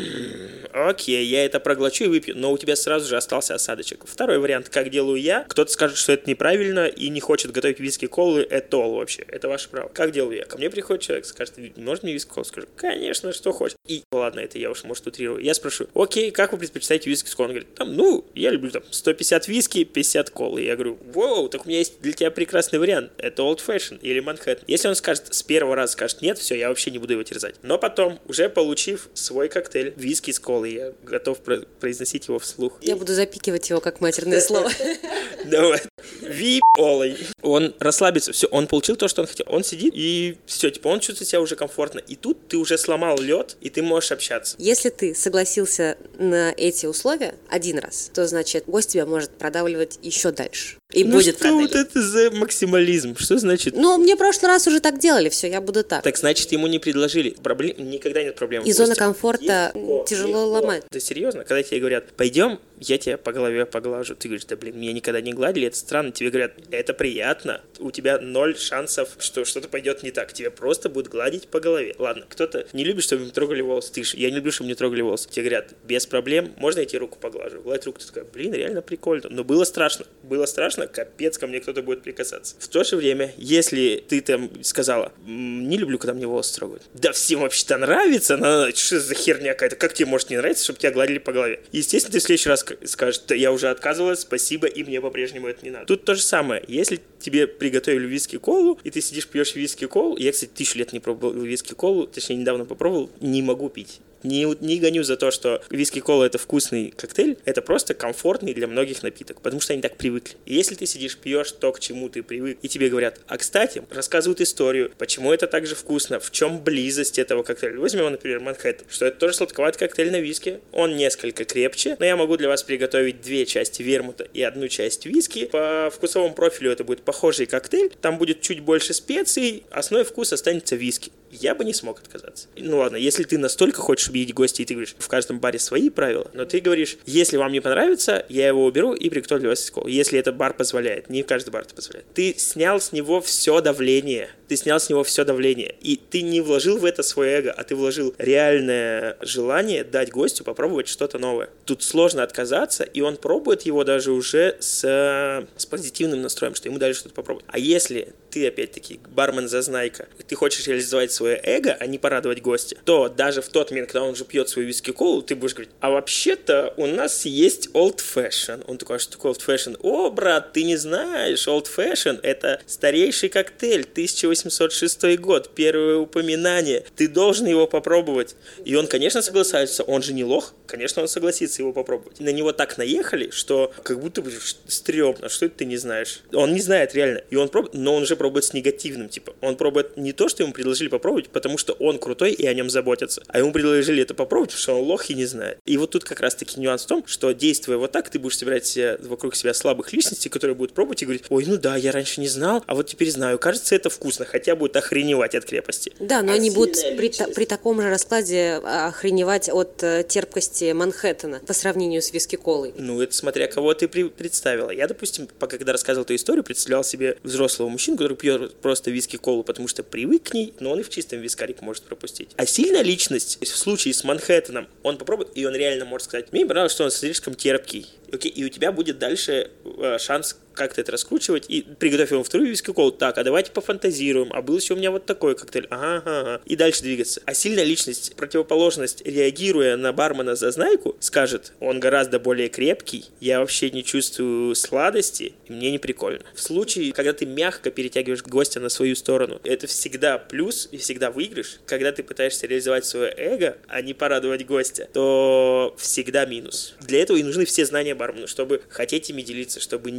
м-м, окей, я это проглочу и выпью, но у тебя сразу же остался осадочек. Второй вариант, как делаю я, кто-то скажет, что это неправильно и не хочет готовить виски-колы, это all вообще, это ваше право. Как делаю я? Ко мне приходит человек, скажет, может мне виски-колу? Скажу, конечно, что хочешь. И ладно, это я уж, может, утрирую. Я спрошу, окей, как вы предпочитаете виски с колой? Он говорит, там, ну, я люблю там сто пятьдесят виски, пятьдесят колы. Я говорю, воу, так у меня есть для тебя прекрасный вариант. Это Old Fashion или Манхэттен. Если он скажет, с первого раза скажет нет, все, я вообще не буду его терзать. Но потом, уже получив свой коктейль, виски с колой, я готов произносить его вслух. Я буду запикивать его как матерное слово. Давай. Ви-колой. Он расслабится, все, он получил то, что он хотел. Он сидит и все, типа, он чувствует себя уже комфортно. И тут ты уже сломал лед, и ты можешь общаться. Если ты согласился на эти условия один раз, то, значит, гость тебя может продавливать еще дальше. И ну будет что продавливать. Вот это за максимализм? Что значит? Ну, мне в прошлый раз уже так делали, все, я буду так. Так значит, ему не предложили. Проблем... Никогда нет проблем. И зона комфорта легко, тяжело легко. ломать. Да серьезно, когда тебе говорят, пойдем, я тебя по голове поглажу. Ты говоришь, да блин, меня никогда не гладили, это странно. Тебе говорят, это приятно, у тебя ноль шансов, что что-то пойдет не так. Тебя просто будут гладить по голове. Ладно, кто-то не любит, чтобы мне трогали волосы. Ты ж, я не люблю, чтобы мне трогали волосы. Тебе говорят, без проблем, можно я тебе руку поглажу? Гладить руку, ты такая, блин, реально прикольно. Но было страшно. Было страшно, капец, ко мне кто-то будет прикасаться. В то же время, если ты там сказала, не люблю, когда мне волосы трогают. Да всем вообще-то нравится, но что за херня какая-то? Как тебе может не нравиться, чтобы тебя гладили по голове? Естественно, ты в следующий раз скажешь, да я уже отказывалась, спасибо, и мне по-прежнему это не надо. Тут то же самое. Если тебе приготовили виски-колу, и ты сидишь, пьешь виски-колу, я, кстати, тысячу лет не пробовал виски-колу, точнее, недавно попробовал, не могу пить. Не, не гоню за то, что виски-кола — это вкусный коктейль, это просто комфортный для многих напиток, потому что они так привыкли. И если ты сидишь, пьешь то, к чему ты привык, и тебе говорят, а кстати, рассказывают историю, почему это так же вкусно, в чем близость этого коктейля. Возьмем, например, Манхэттен, что это тоже сладковатый коктейль на виске, он несколько крепче, но я могу для вас приготовить две части вермута и одну часть виски. По вкусовому профилю это будет похожий коктейль, там будет чуть больше специй, основной вкус останется виски. Я бы не смог отказаться. Ну ладно, если ты настолько хочешь объедить гостей, и ты говоришь, в каждом баре свои правила, но ты говоришь, если вам не понравится, я его уберу и приготовлю для вас виски-колу. Если это бар позволяет, не каждый бар это позволяет. Ты снял с него все давление, ты снял с него все давление, и ты не вложил в это свое эго, а ты вложил реальное желание дать гостю попробовать что-то новое. Тут сложно отказаться, и он пробует его даже уже с, с позитивным настроем, что ему дали что-то попробовать. А если ты, опять-таки, бармен-зазнайка, и ты хочешь реализовать свое эго, а не порадовать гостя, то даже в тот момент, когда он уже пьет свою виски-колу, ты будешь говорить, а вообще-то у нас есть Old Fashion. Он такой, а что такое Old Fashion? О, брат, ты не знаешь, Old Fashion — это старейший коктейль, тысяча восемьсот шестой год, первое упоминание, ты должен его попробовать. И он, конечно, согласится, он же не лох, конечно, он согласится его попробовать. На него так наехали, что как будто бы стрёмно, что это ты не знаешь. Он не знает реально, и он пробует, но он уже пробует с негативным, типа, он пробует не то, что ему предложили попробовать, потому что он крутой и о нем заботятся, а ему предложили это попробовать, потому что он лох и не знает. И вот тут как раз-таки нюанс в том, что, действуя вот так, ты будешь собирать себе, вокруг себя слабых личностей, которые будут пробовать и говорить, ой, ну да, я раньше не знал, а вот теперь знаю, кажется, это вкусно, хотя будет охреневать от крепости. Да, но а они будут при, та, при таком же раскладе охреневать от э, терпкости Манхэттена по сравнению с виски-колой. Ну, это смотря кого ты при- представила. Я, допустим, пока когда рассказывал эту историю, представлял себе взрослого мужчину, который пьет просто виски-колу, потому что привык к ней, но он и в чистом вискарик может пропустить. А сильная личность, в случае с Манхэттеном, он попробует, и он реально может сказать, мне понравилось, что он слишком терпкий. Окей, и у тебя будет дальше э, шанс как-то это раскручивать, и приготовь ему вторую виски-колу, так, а давайте пофантазируем, а был еще у меня вот такой коктейль, ага, ага, ага, и дальше двигаться. А сильная личность, противоположность, реагируя на бармена-зазнайку, скажет, он гораздо более крепкий, я вообще не чувствую сладости, и мне не прикольно. В случае, когда ты мягко перетягиваешь гостя на свою сторону, это всегда плюс и всегда выигрыш. Когда ты пытаешься реализовать свое эго, а не порадовать гостя, то всегда минус. Для этого и нужны все знания бармена, чтобы хотеть ими делиться, чтобы нести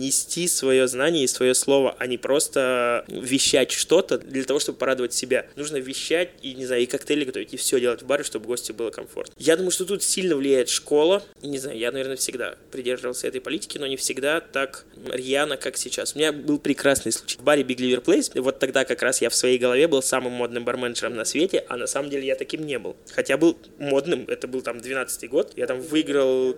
нести свое знание и свое слово, а не просто вещать что-то для того, чтобы порадовать себя. Нужно вещать и, не знаю, и коктейли готовить, и все делать в баре, чтобы гостю было комфортно. Я думаю, что тут сильно влияет школа. Не знаю, я, наверное, всегда придерживался этой политики, но не всегда так рьяно, как сейчас. У меня был прекрасный случай. В баре Big Liver Place, вот тогда как раз я в своей голове был самым модным барменджером на свете, а на самом деле я таким не был. Хотя был модным, это был там двенадцатый год. Я там выиграл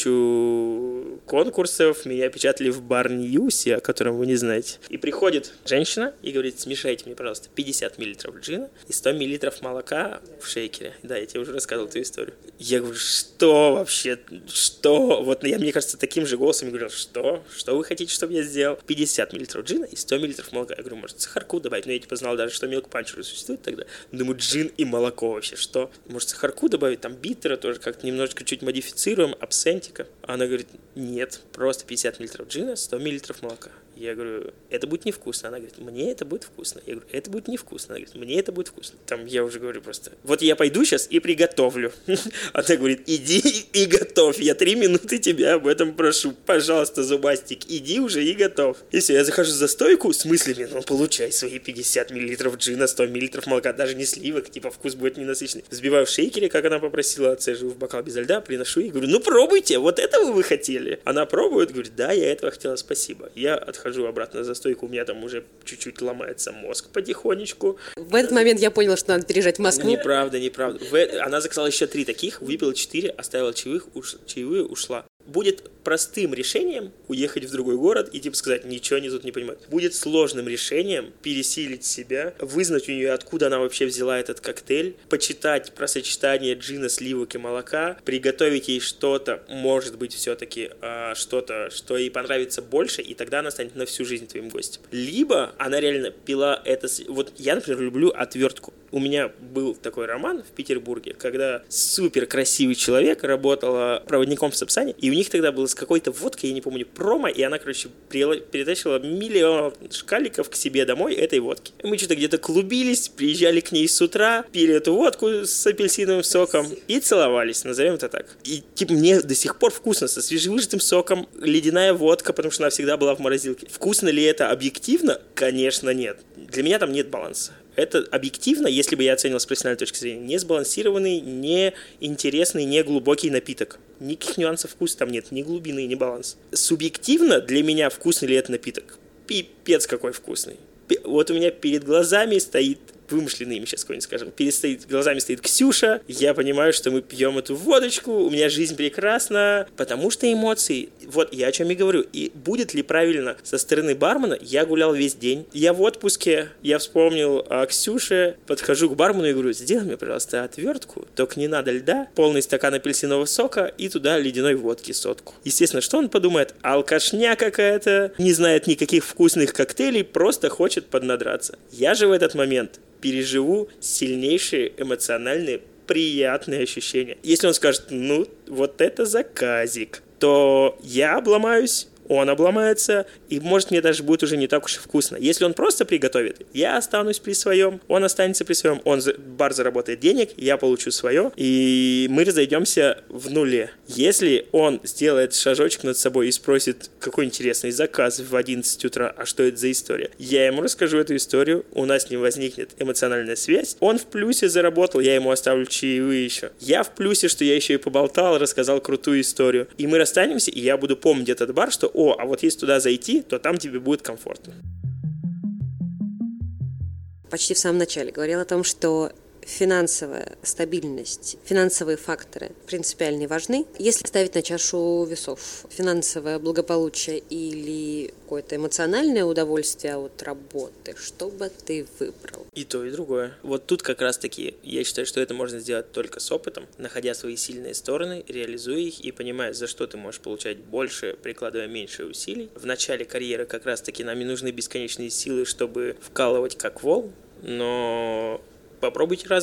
кучу конкурсов, меня печатали в бар Ньюсе, о котором вы не знаете. И приходит женщина и говорит: смешайте мне, пожалуйста, пятьдесят миллилитров джина и сто миллилитров молока в шейкере. Да, я тебе уже рассказывал эту историю. Я говорю: что вообще? Что? Вот я, мне кажется, таким же голосом говорил: что? Что вы хотите, чтобы я сделал? пятьдесят миллилитров джина и сто миллилитров молока. Я говорю: может, сахарку добавить? Но я типа знал даже, что Milk Punch уже существует тогда. Думаю, джин и молоко вообще, что? Может, сахарку добавить? Там биттера тоже как-то немножечко чуть модифицируем, абсентика. Она говорит: нет, просто пятьдесят миллилитров джина, сто миллилитров молока. Я говорю: это будет невкусно. Она говорит: мне это будет вкусно. Я говорю: это будет невкусно. Она говорит: мне это будет вкусно. Там я уже говорю просто: вот я пойду сейчас и приготовлю. Она говорит: иди и готовь. Я три минуты тебя об этом прошу. Пожалуйста, зубастик, иди уже и готовь. И все, я захожу за стойку с мыслями: ну, получай свои пятьдесят миллилитров джина, сто миллилитров молока, даже не сливок, типа вкус будет ненасыщенный. Взбиваю в шейкере, как она попросила, отцеживаю в бокал без льда, приношу ей, говорю: ну, пробуйте, вот этого вы хотели. Она пробует, говорит: да, я этого хотела, спасибо. Я отхожу обратно за стойку, у меня там уже чуть-чуть ломается мозг потихонечку. В этот момент я поняла, что надо переезжать в Москву. Неправда, неправда. Она заказала еще три таких, выпила четыре, оставила чаевых, уш... чаевые, ушла. Будет простым решением уехать в другой город и типа сказать: ничего они тут не понимают. Будет сложным решением пересилить себя, вызнать у нее, откуда она вообще взяла этот коктейль, почитать про сочетание джина, сливок и молока, приготовить ей что-то, может быть, все-таки а, что-то, что ей понравится больше, и тогда она станет на всю жизнь твоим гостем. Либо она реально пила это... Вот я, например, люблю отвертку. У меня был такой роман в Петербурге, когда супер красивый человек работал проводником в Сапсане, и у них тогда было с какой-то водкой, я не помню, промо, и она, короче, перетащила миллион шкаликов к себе домой этой водки. Мы что-то где-то клубились, приезжали к ней с утра, пили эту водку с апельсиновым соком и целовались, назовем это так. И типа мне до сих пор вкусно, со свежевыжатым соком, ледяная водка, потому что она всегда была в морозилке. Вкусно ли это объективно? Конечно, нет. Для меня там нет баланса. Это объективно, если бы я оценил с профессиональной точки зрения, не сбалансированный, не интересный, не глубокий напиток. Никаких нюансов вкуса там нет, ни глубины, ни баланса. Субъективно для меня вкусный ли это напиток? Пипец какой вкусный. Вот у меня перед глазами стоит, вымышленный имя сейчас какой-нибудь скажем, перед стоит, глазами стоит Ксюша, я понимаю, что мы пьем эту водочку, у меня жизнь прекрасна, потому что эмоции, вот я о чем и говорю, и будет ли правильно со стороны бармена, я гулял весь день, я в отпуске, я вспомнил о Ксюше, подхожу к бармену и говорю: сделай мне, пожалуйста, отвертку, только не надо льда, полный стакан апельсинового сока и туда ледяной водки сотку. Естественно, что он подумает? Алкашня какая-то, не знает никаких вкусных коктейлей, просто хочет поднадраться. Я же в этот момент переживу сильнейшие эмоциональные приятные ощущения. Если он скажет: ну, вот это заказик, то я обломаюсь, он обломается, и, может, мне даже будет уже не так уж и вкусно. Если он просто приготовит, я останусь при своем, он останется при своем, он, бар заработает денег, я получу свое, и мы разойдемся в нуле. Если он сделает шажочек над собой и спросит: какой интересный заказ в одиннадцать утра, а что это за история? Я ему расскажу эту историю, у нас с ним возникнет эмоциональная связь, он в плюсе заработал, я ему оставлю чаевые еще. Я в плюсе, что я еще и поболтал, рассказал крутую историю. И мы расстанемся, и я буду помнить этот бар, что: о, а вот если туда зайти, то там тебе будет комфортно. Почти в самом начале говорил о том, что финансовая стабильность, финансовые факторы принципиально важны. Если ставить на чашу весов финансовое благополучие или какое-то эмоциональное удовольствие от работы, что бы ты выбрал? И то, и другое. Вот тут как раз-таки я считаю, что это можно сделать только с опытом, находя свои сильные стороны, реализуя их и понимая, за что ты можешь получать больше, прикладывая меньше усилий. В начале карьеры как раз-таки нам и нужны бесконечные силы, чтобы вкалывать как вол, но попробуйте разное.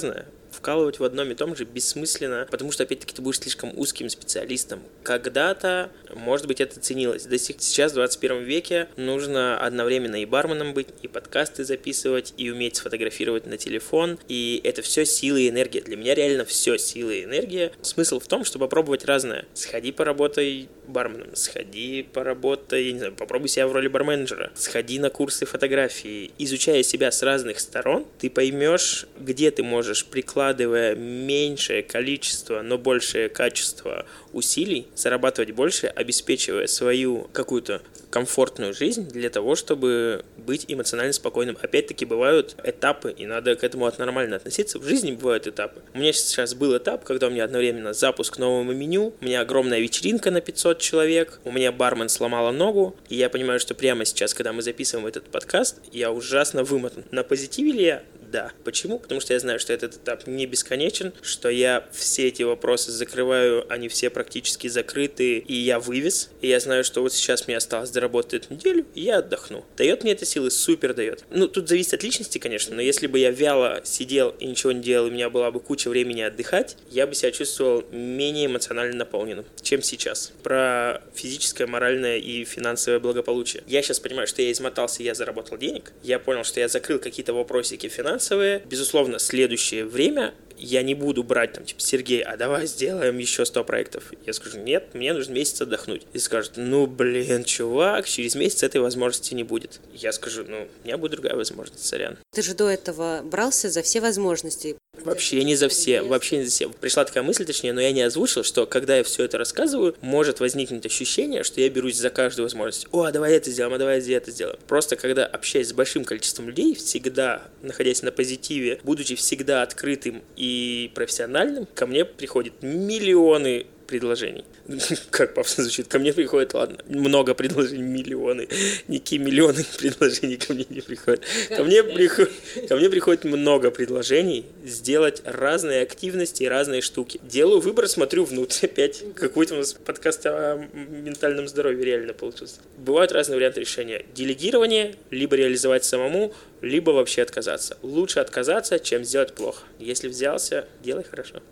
вкалывать в одном и том же бессмысленно, потому что, опять-таки, ты будешь слишком узким специалистом. Когда-то, может быть, это ценилось. До сих сейчас, в двадцать первом веке, нужно одновременно и барменом быть, и подкасты записывать, и уметь сфотографировать на телефон, и это все сила и энергия. Для меня реально все сила и энергия. Смысл в том, чтобы попробовать разное. Сходи поработай барменом, сходи поработай, я не знаю, попробуй себя в роли барменджера, сходи на курсы фотографии. Изучая себя с разных сторон, ты поймешь, где ты можешь, прикладывая меньшее количество, но большее качество усилий, зарабатывать больше, обеспечивая свою какую-то комфортную жизнь для того, чтобы быть эмоционально спокойным. Опять-таки бывают этапы, и надо к этому нормально относиться. В жизни бывают этапы. У меня сейчас был этап, когда у меня одновременно запуск нового меню, у меня огромная вечеринка на пятьсот человек, у меня бармен сломала ногу, и я понимаю, что прямо сейчас, когда мы записываем этот подкаст, я ужасно вымотан. На позитиве ли я? Да. Почему? Потому что я знаю, что этот этап не бесконечен, что я все эти вопросы закрываю, они все практически закрыты, и я вывез. И я знаю, что вот сейчас мне осталось доработать эту неделю, и я отдохну. Дает мне это силы? Супер дает. Ну, тут зависит от личности, конечно, но если бы я вяло сидел и ничего не делал, и у меня была бы куча времени отдыхать, я бы себя чувствовал менее эмоционально наполненным, чем сейчас. Про физическое, моральное и финансовое благополучие. Я сейчас понимаю, что я измотался, я заработал денег, я понял, что я закрыл какие-то вопросики финансовые. Безусловно, следующее время я не буду брать, там, типа, Сергей, а давай сделаем еще сто проектов. Я скажу, нет, мне нужно месяц отдохнуть. И скажут, ну, блин, чувак, через месяц этой возможности не будет. Я скажу, ну, у меня будет другая возможность, сорян. Ты же до этого брался за все возможности. Вообще не за все, вообще не за все. Пришла такая мысль, точнее, но я не озвучил, что когда я все это рассказываю, может возникнуть ощущение, что я берусь за каждую возможность. О, а давай это сделаем, а давай это сделаем. Просто когда общаюсь с большим количеством людей, всегда находясь на позитиве, будучи всегда открытым и профессиональным, ко мне приходят миллионы предложений. Как пафосно звучит. Ко мне приходит, ладно, много предложений, миллионы. Никакие миллионы предложений ко мне не приходят. Ко мне, приход... ко мне приходит много предложений сделать разные активности и разные штуки. Делаю выбор, смотрю внутрь. Опять какой-то у нас подкаст о ментальном здоровье реально получился. Бывают разные варианты решения. Делегирование, либо реализовать самому, либо вообще отказаться. Лучше отказаться, чем сделать плохо. Если взялся, делай хорошо.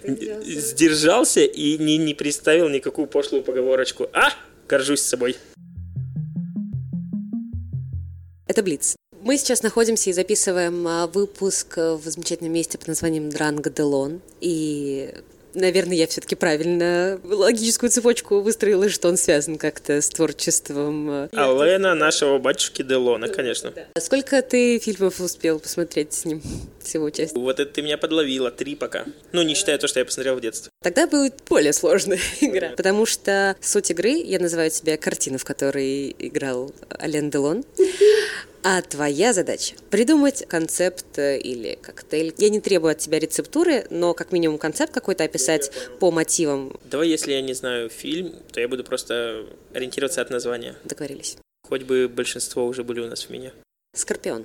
Сдержался и не, не приставил никакую пошлую поговорочку. А! Горжусь собой. Это Блиц. Мы сейчас находимся и записываем выпуск в замечательном месте под названием Дранг-Делон. И, наверное, я все-таки правильно логическую цепочку выстроила, что он связан как-то с творчеством Алена, нашего батюшки Делона, конечно. Сколько ты фильмов успел посмотреть с ним всего часть? Вот это ты меня подловила, три пока. Ну, не считая то, что я посмотрел в детстве. Тогда будет более сложная игра, потому что суть игры, я называю тебя картина, в которой играл Ален Делон. А твоя задача — придумать концепт или коктейль. Я не требую от тебя рецептуры, но как минимум концепт какой-то описать по мотивам. Давай, если я не знаю фильм, то я буду просто ориентироваться от названия. Договорились. Хоть бы большинство уже были у нас в меню. Скорпион.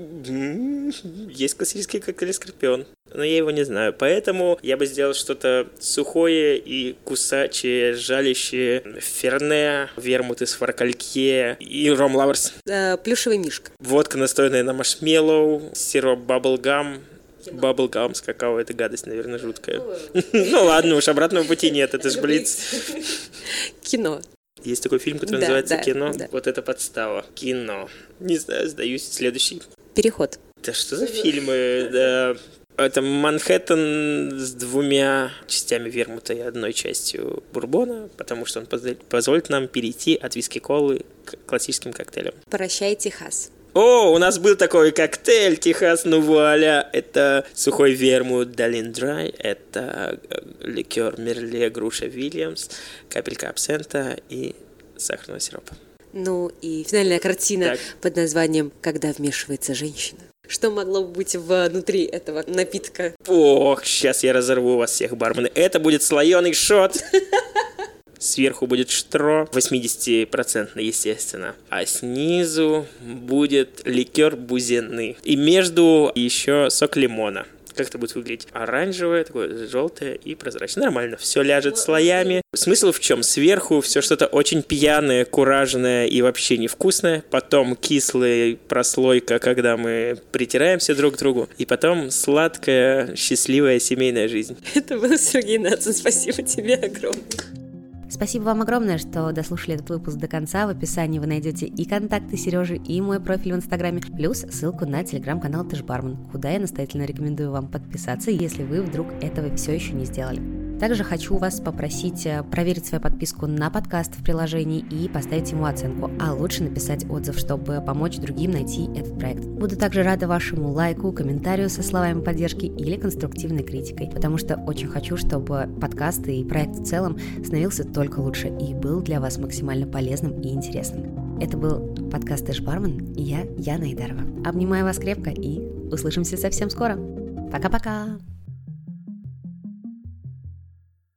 Есть классический коктейль «Скорпион», но я его не знаю. Поэтому я бы сделал что-то сухое и кусачее, жалящее. Ферне, вермут из фаркальке и ром лаверс. Э, плюшевый мишка. Водка, настоянная на маршмеллоу, сироп баблгам. Баблгам с какао — это гадость, наверное, жуткая. Ну ладно уж, обратного пути нет, это ж Блиц. Кино. Есть такой фильм, который да, называется да, «Кино». Да. Вот это подстава. Кино. Не знаю, сдаюсь. Следующий. Переход. Да что за фильмы? Да. Это Манхэттен с двумя частями вермута и одной частью бурбона, потому что он позволит нам перейти от виски-колы к классическим коктейлям. «Прощай, Техас». О, у нас был такой коктейль Техас, ну вуаля. Это сухой вермут Далин Драй, это ликер Мерле Груша Вильямс, капелька абсента и сахарного сиропа. Ну и финальная картина так. под названием «Когда вмешивается женщина». Что могло бы быть внутри этого напитка? Ох, сейчас я разорву вас всех, бармены. Это будет слоеный шот. Сверху будет штро, восьмидесятипроцентный, естественно. А снизу будет ликер бузины. И между еще сок лимона. как это будет выглядеть? Оранжевое, такое желтое и прозрачное. Нормально, все ляжет слоями. Смысл в чем? Сверху все что-то очень пьяное, куражное и вообще невкусное. Потом кислая прослойка, когда мы притираемся друг к другу. И потом сладкая, счастливая семейная жизнь. Это был Сергей Нацин. Спасибо тебе огромное. Спасибо вам огромное, что дослушали этот выпуск до конца. В описании вы найдете и контакты Сережи, и мой профиль в Инстаграме, плюс ссылку на телеграм-канал Ты ж бармен, куда я настоятельно рекомендую вам подписаться, если вы вдруг этого все еще не сделали. Также хочу вас попросить проверить свою подписку на подкаст в приложении и поставить ему оценку, а лучше написать отзыв, чтобы помочь другим найти этот проект. Буду также рада вашему лайку, комментарию со словами поддержки или конструктивной критикой, потому что очень хочу, чтобы подкаст и проект в целом становился только лучше и был для вас максимально полезным и интересным. Это был подкаст «Ты ж бармен» и я, Яна Айдарова. Обнимаю вас крепко и услышимся совсем скоро. Пока-пока!